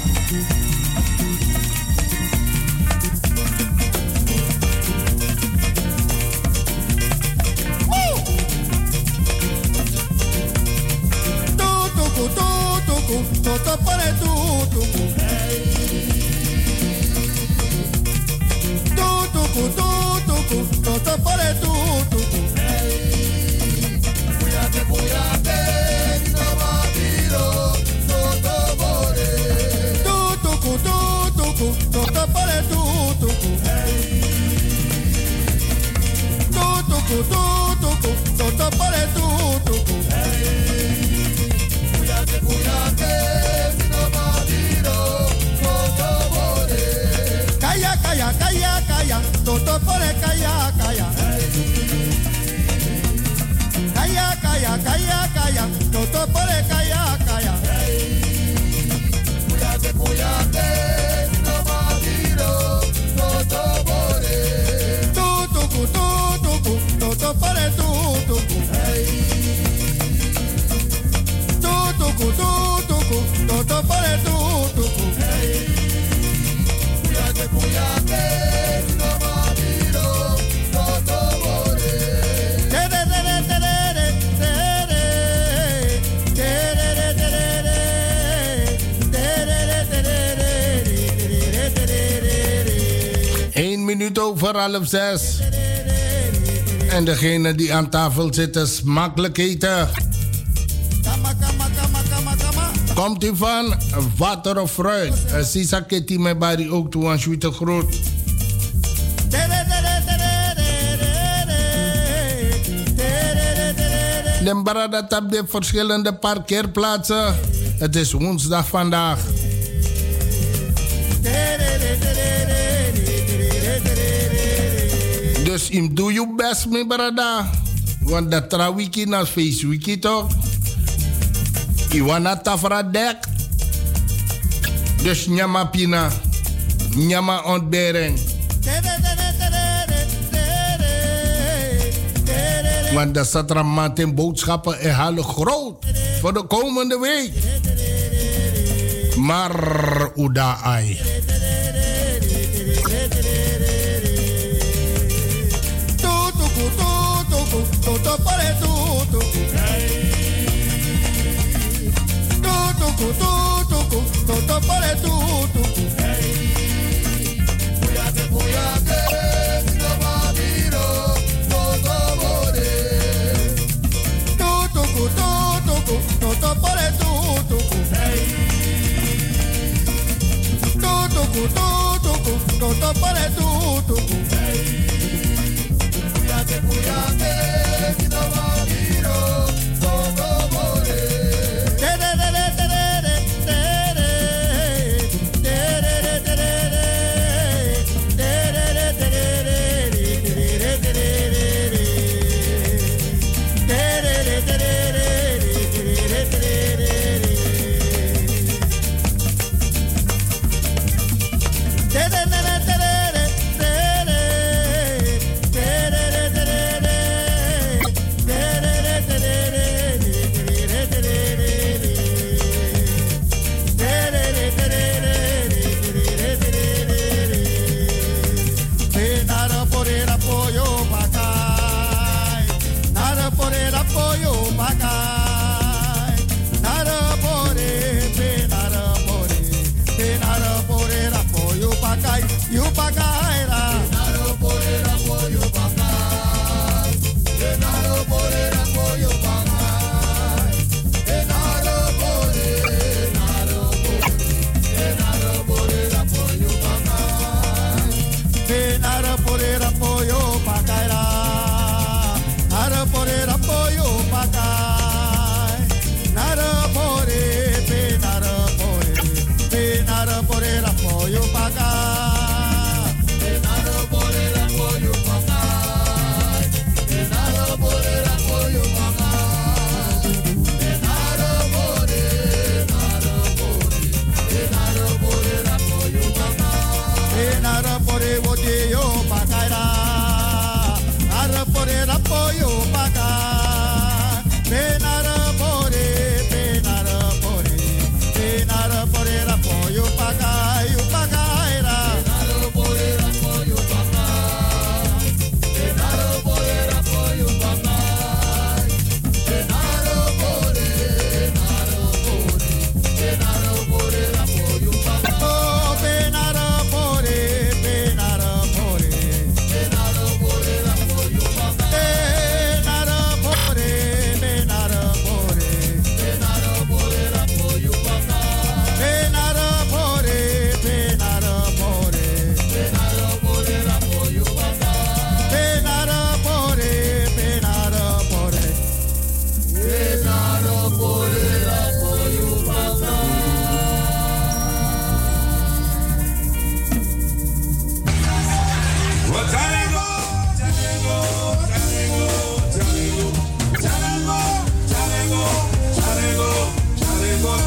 Toto pare tutuku. Tutuku, toto pare tutuku. Puyate, no mabiro, toto more. Tutuku, toto pare tutuku. Tutuku, toto pare tutuku. Puyate, no mabiro, toto more. Kaya, toto pare kaya. Kaya, toto pare kaya. Puyate, no mabiro, toto more. Tutuku, toto pare tutuku. Tutuku, toto pare tutuku. Puyate, no mabiro, toto more. Minuut over 5:30. En degene die aan tafel zitten smakelijk eten. Komt u van water of fruit? Sisa keti me bari ook toe aan Sweete Groot. De barada tap de verschillende parkeerplaatsen. Het is woensdag vandaag. Dus im doe je best, mijn brada. Want dat trouwiki na feestwiki toch? Iwana tafra dek. Dus nyama pina. Nyama ontbering. Want de Satramat in boodschappen en halen groot. Voor de komende week. Maar uda ai. Toto pare tutuku. Tutuku, toto pare tutuku. Puyate, no mabiro, toto more. Tutuku, toto pare tutuku. Tutuku, toto pare tutuku. Puyate, no mabiro, toto more.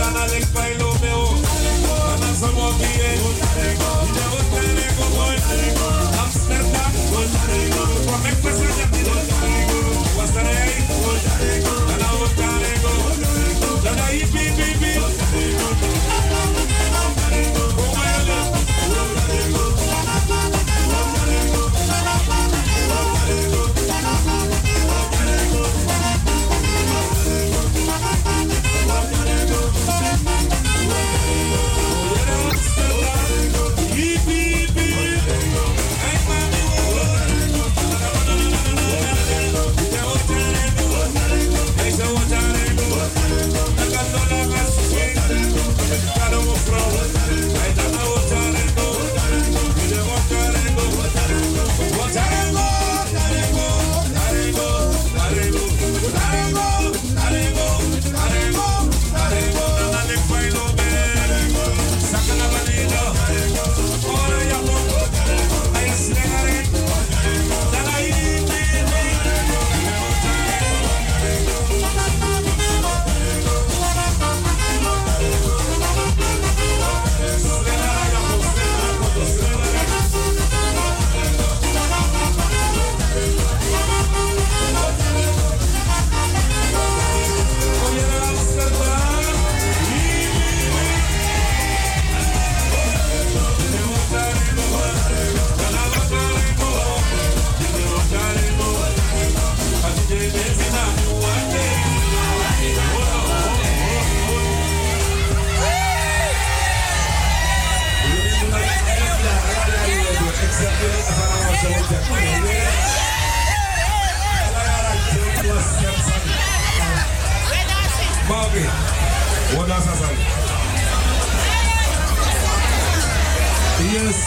Bobby, what does that say? Yes,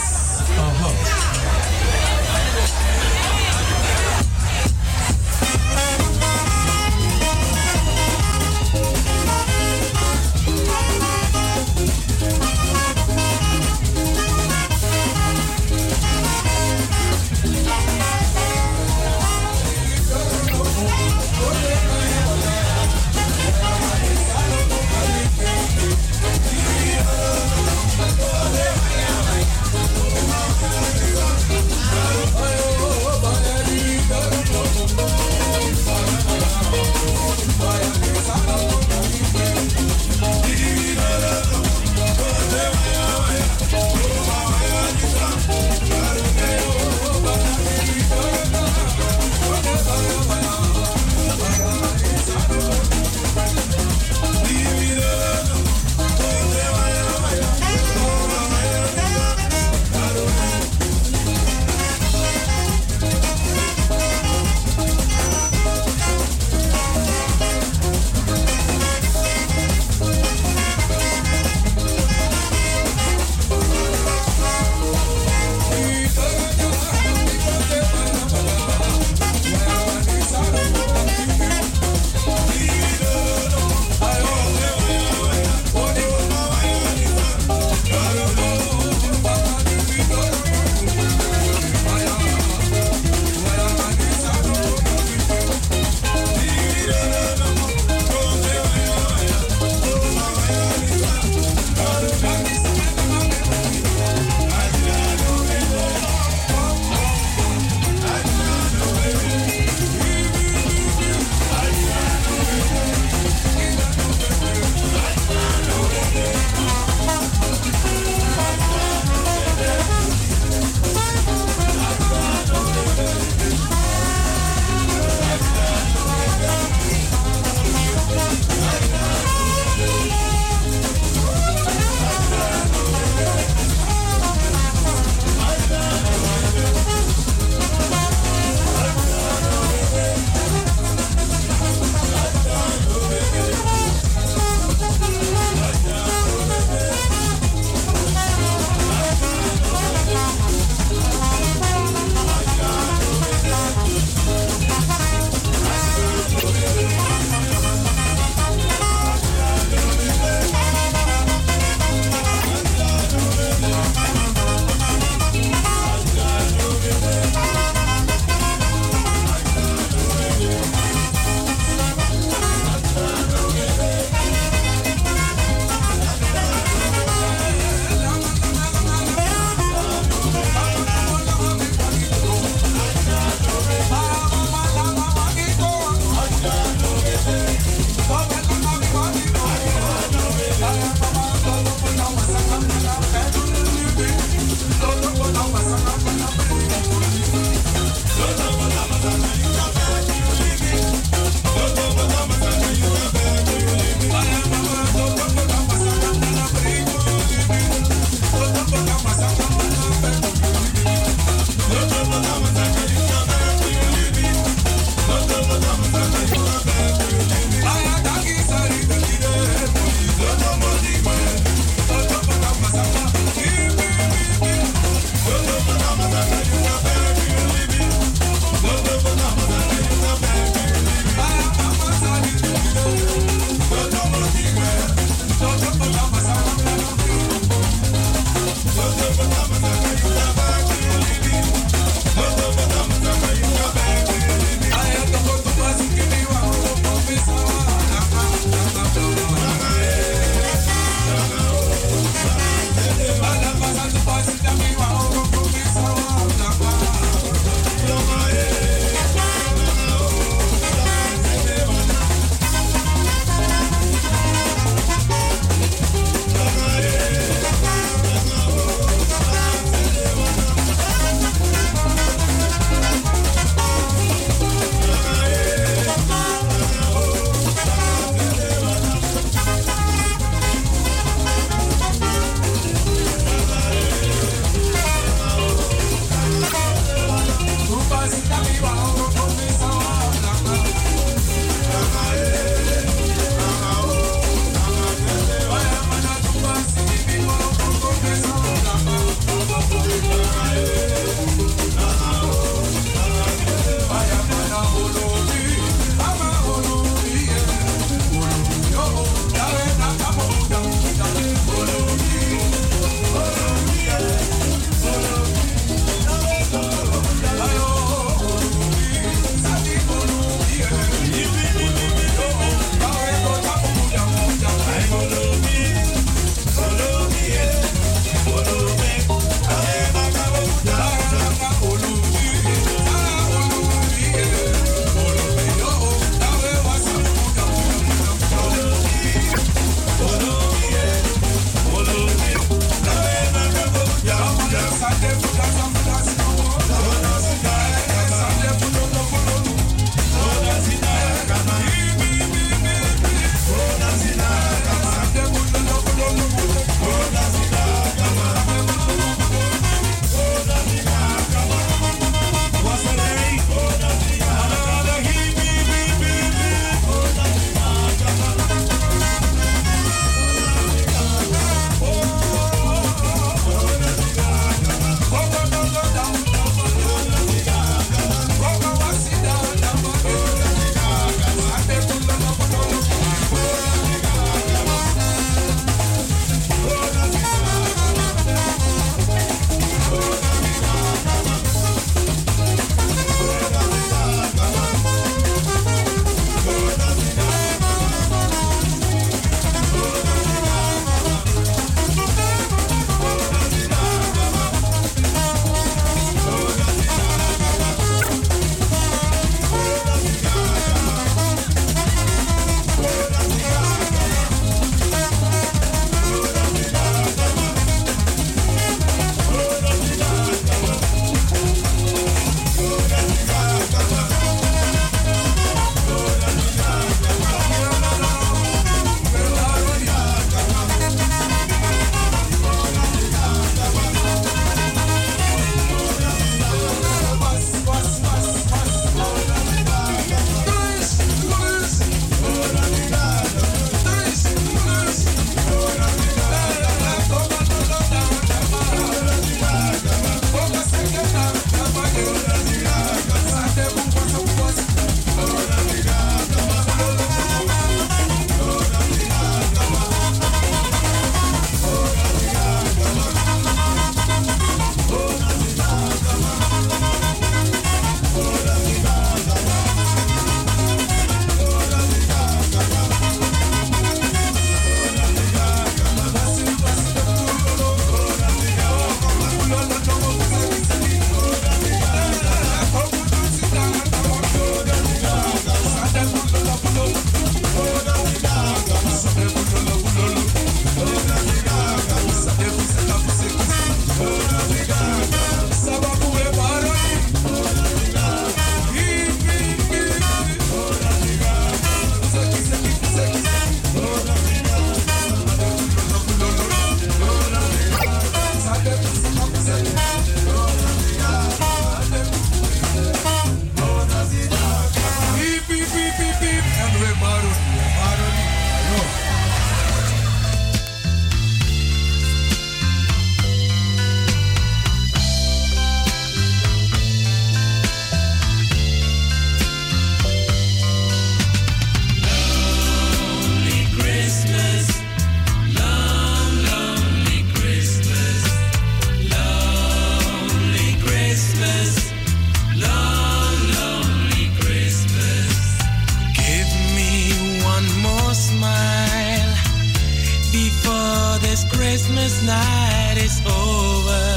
before this Christmas night is over.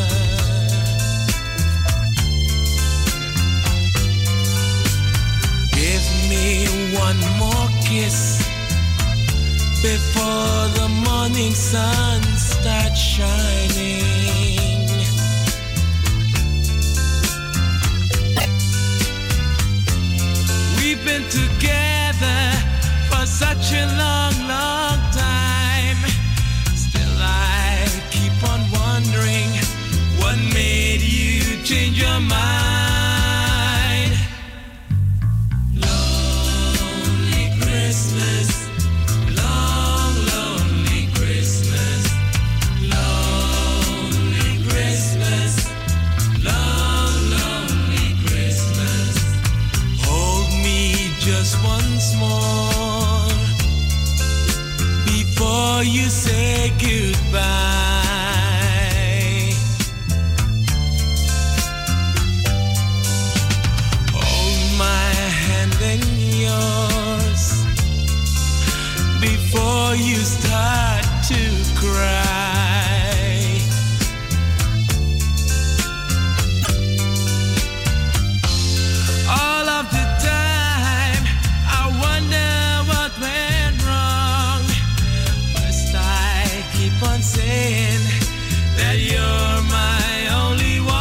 Give me one more kiss before the morning sun starts shining. We've been together for such a long, long time. Still I keep on wondering what made you change your mind. Lonely Christmas, long, lonely Christmas, lonely Christmas, long, lonely Christmas. Hold me just once more before you say goodbye. Hold my hand in yours before you start to cry. All of the time I wonder what went wrong. Must I keep on saying that you're my only one?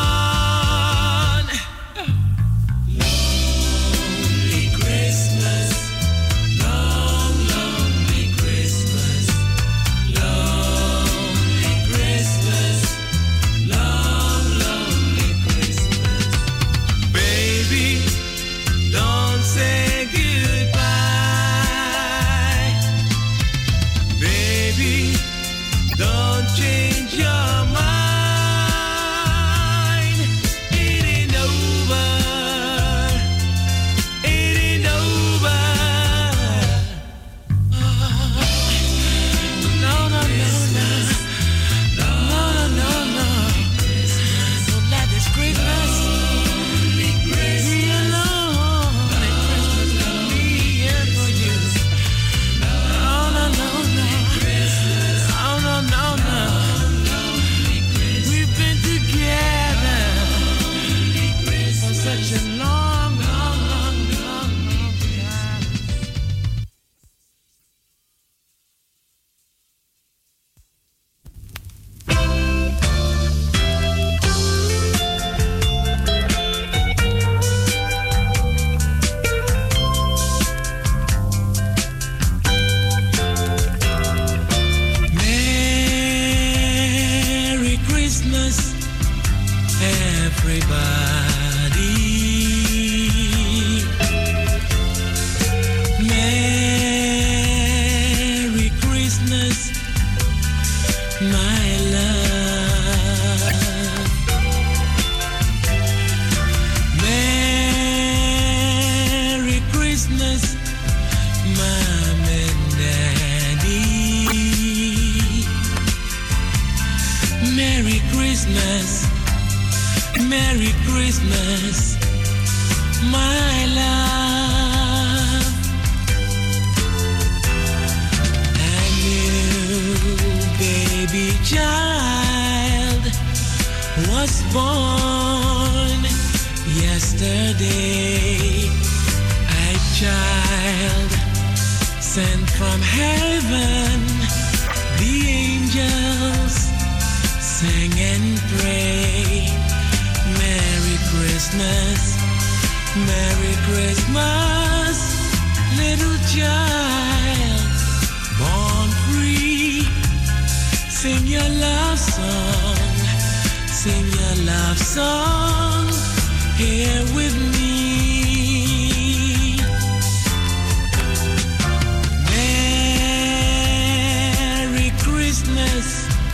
Lonely Christmas, long, lonely Christmas, lonely Christmas, long, lonely Christmas. Baby, don't say goodbye. Baby, don't change your mind. It ain't over. It ain't over. No, no, no, no. No, no, no, no. Don't let this Christmas be alone. Christmas will be here for you. No, no, no, no. No, no, no, no. We've been together for such a long, long, long, long, long time. Merry Christmas, everybody. Merry Christmas, my love. Merry Christmas, Mom and Daddy. Merry Christmas, Merry Christmas, my love. A new baby child was born yesterday. A child sent from heaven. The angels sing and pray. Merry Christmas, Merry Christmas, little child born free. Sing your love song, sing your love song here with me. Merry Christmas,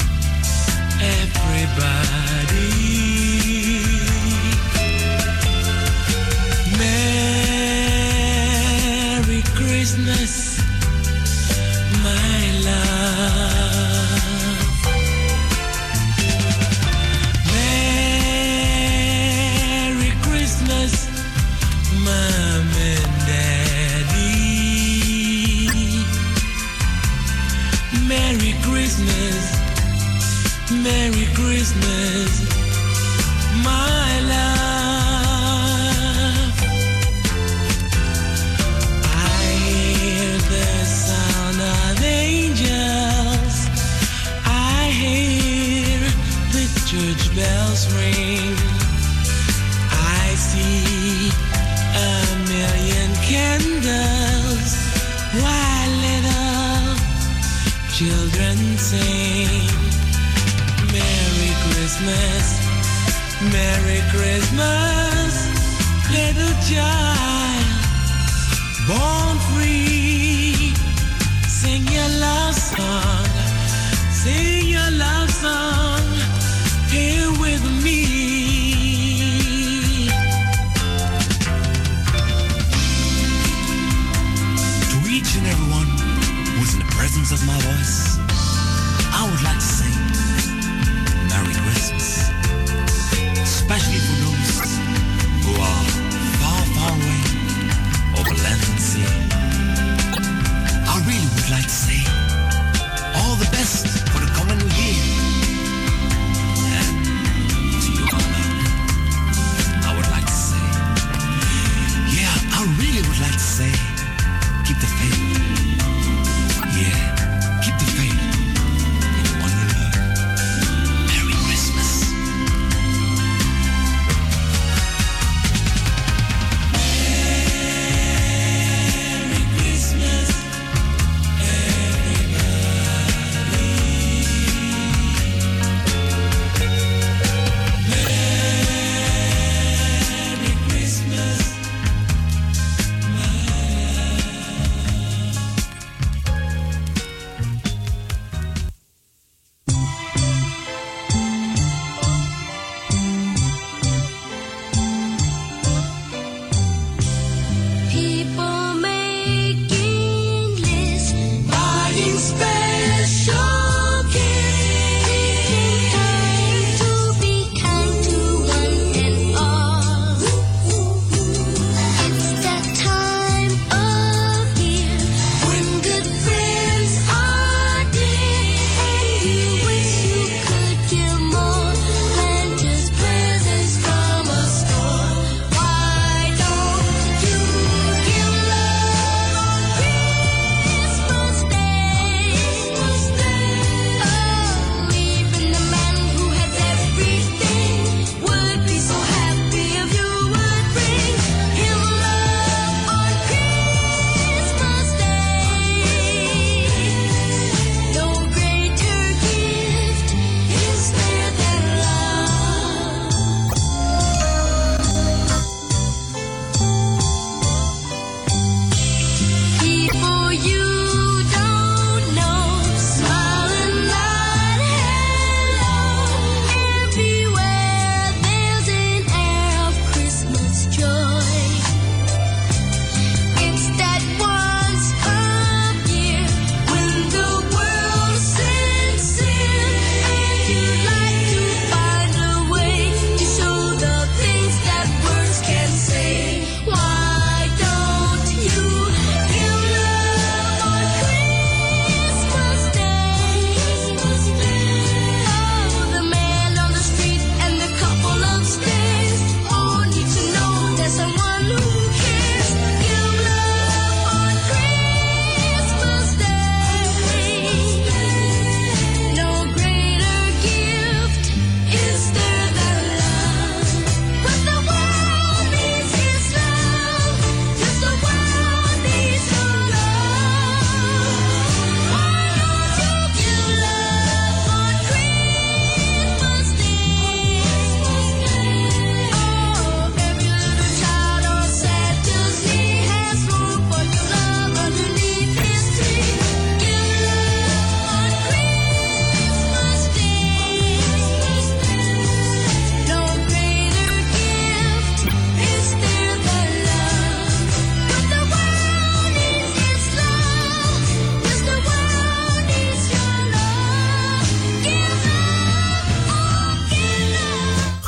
everybody. Merry Christmas, my love. Merry Christmas, Mom and Daddy. Merry Christmas, Merry Christmas, my love. I hear the sound of angels, I hear the church bells ring, I see a million candles while little children sing. Merry Christmas, Merry Christmas, little child born free. Sing your love song, sing your love song here with me. To each and everyone who's in the presence of my voice, I would like to sing Merry Christmas, especially for those who are far, far away over land and sea. I really would like to say, all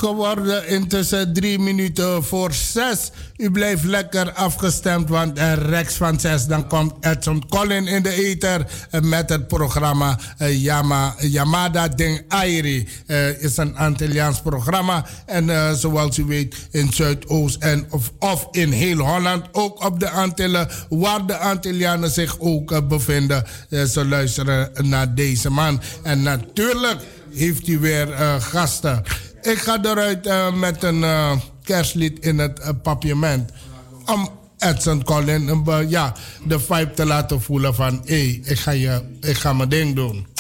geworden. Intussen 3 minuten voor 6. U blijft lekker afgestemd, want rechts van 6 dan komt Edson Collin in de ether met het programma Yamada Ding Airi. Is een Antilliaans programma en zoals u weet in Zuidoost en of in heel Holland, ook op de Antillen, waar de Antillianen zich ook bevinden. Ze luisteren naar deze man. En natuurlijk heeft u weer gasten. Ik ga eruit met een kerstlied in het papierment. Om Edson Collin de vibe te laten voelen van... ik ga mijn ding doen.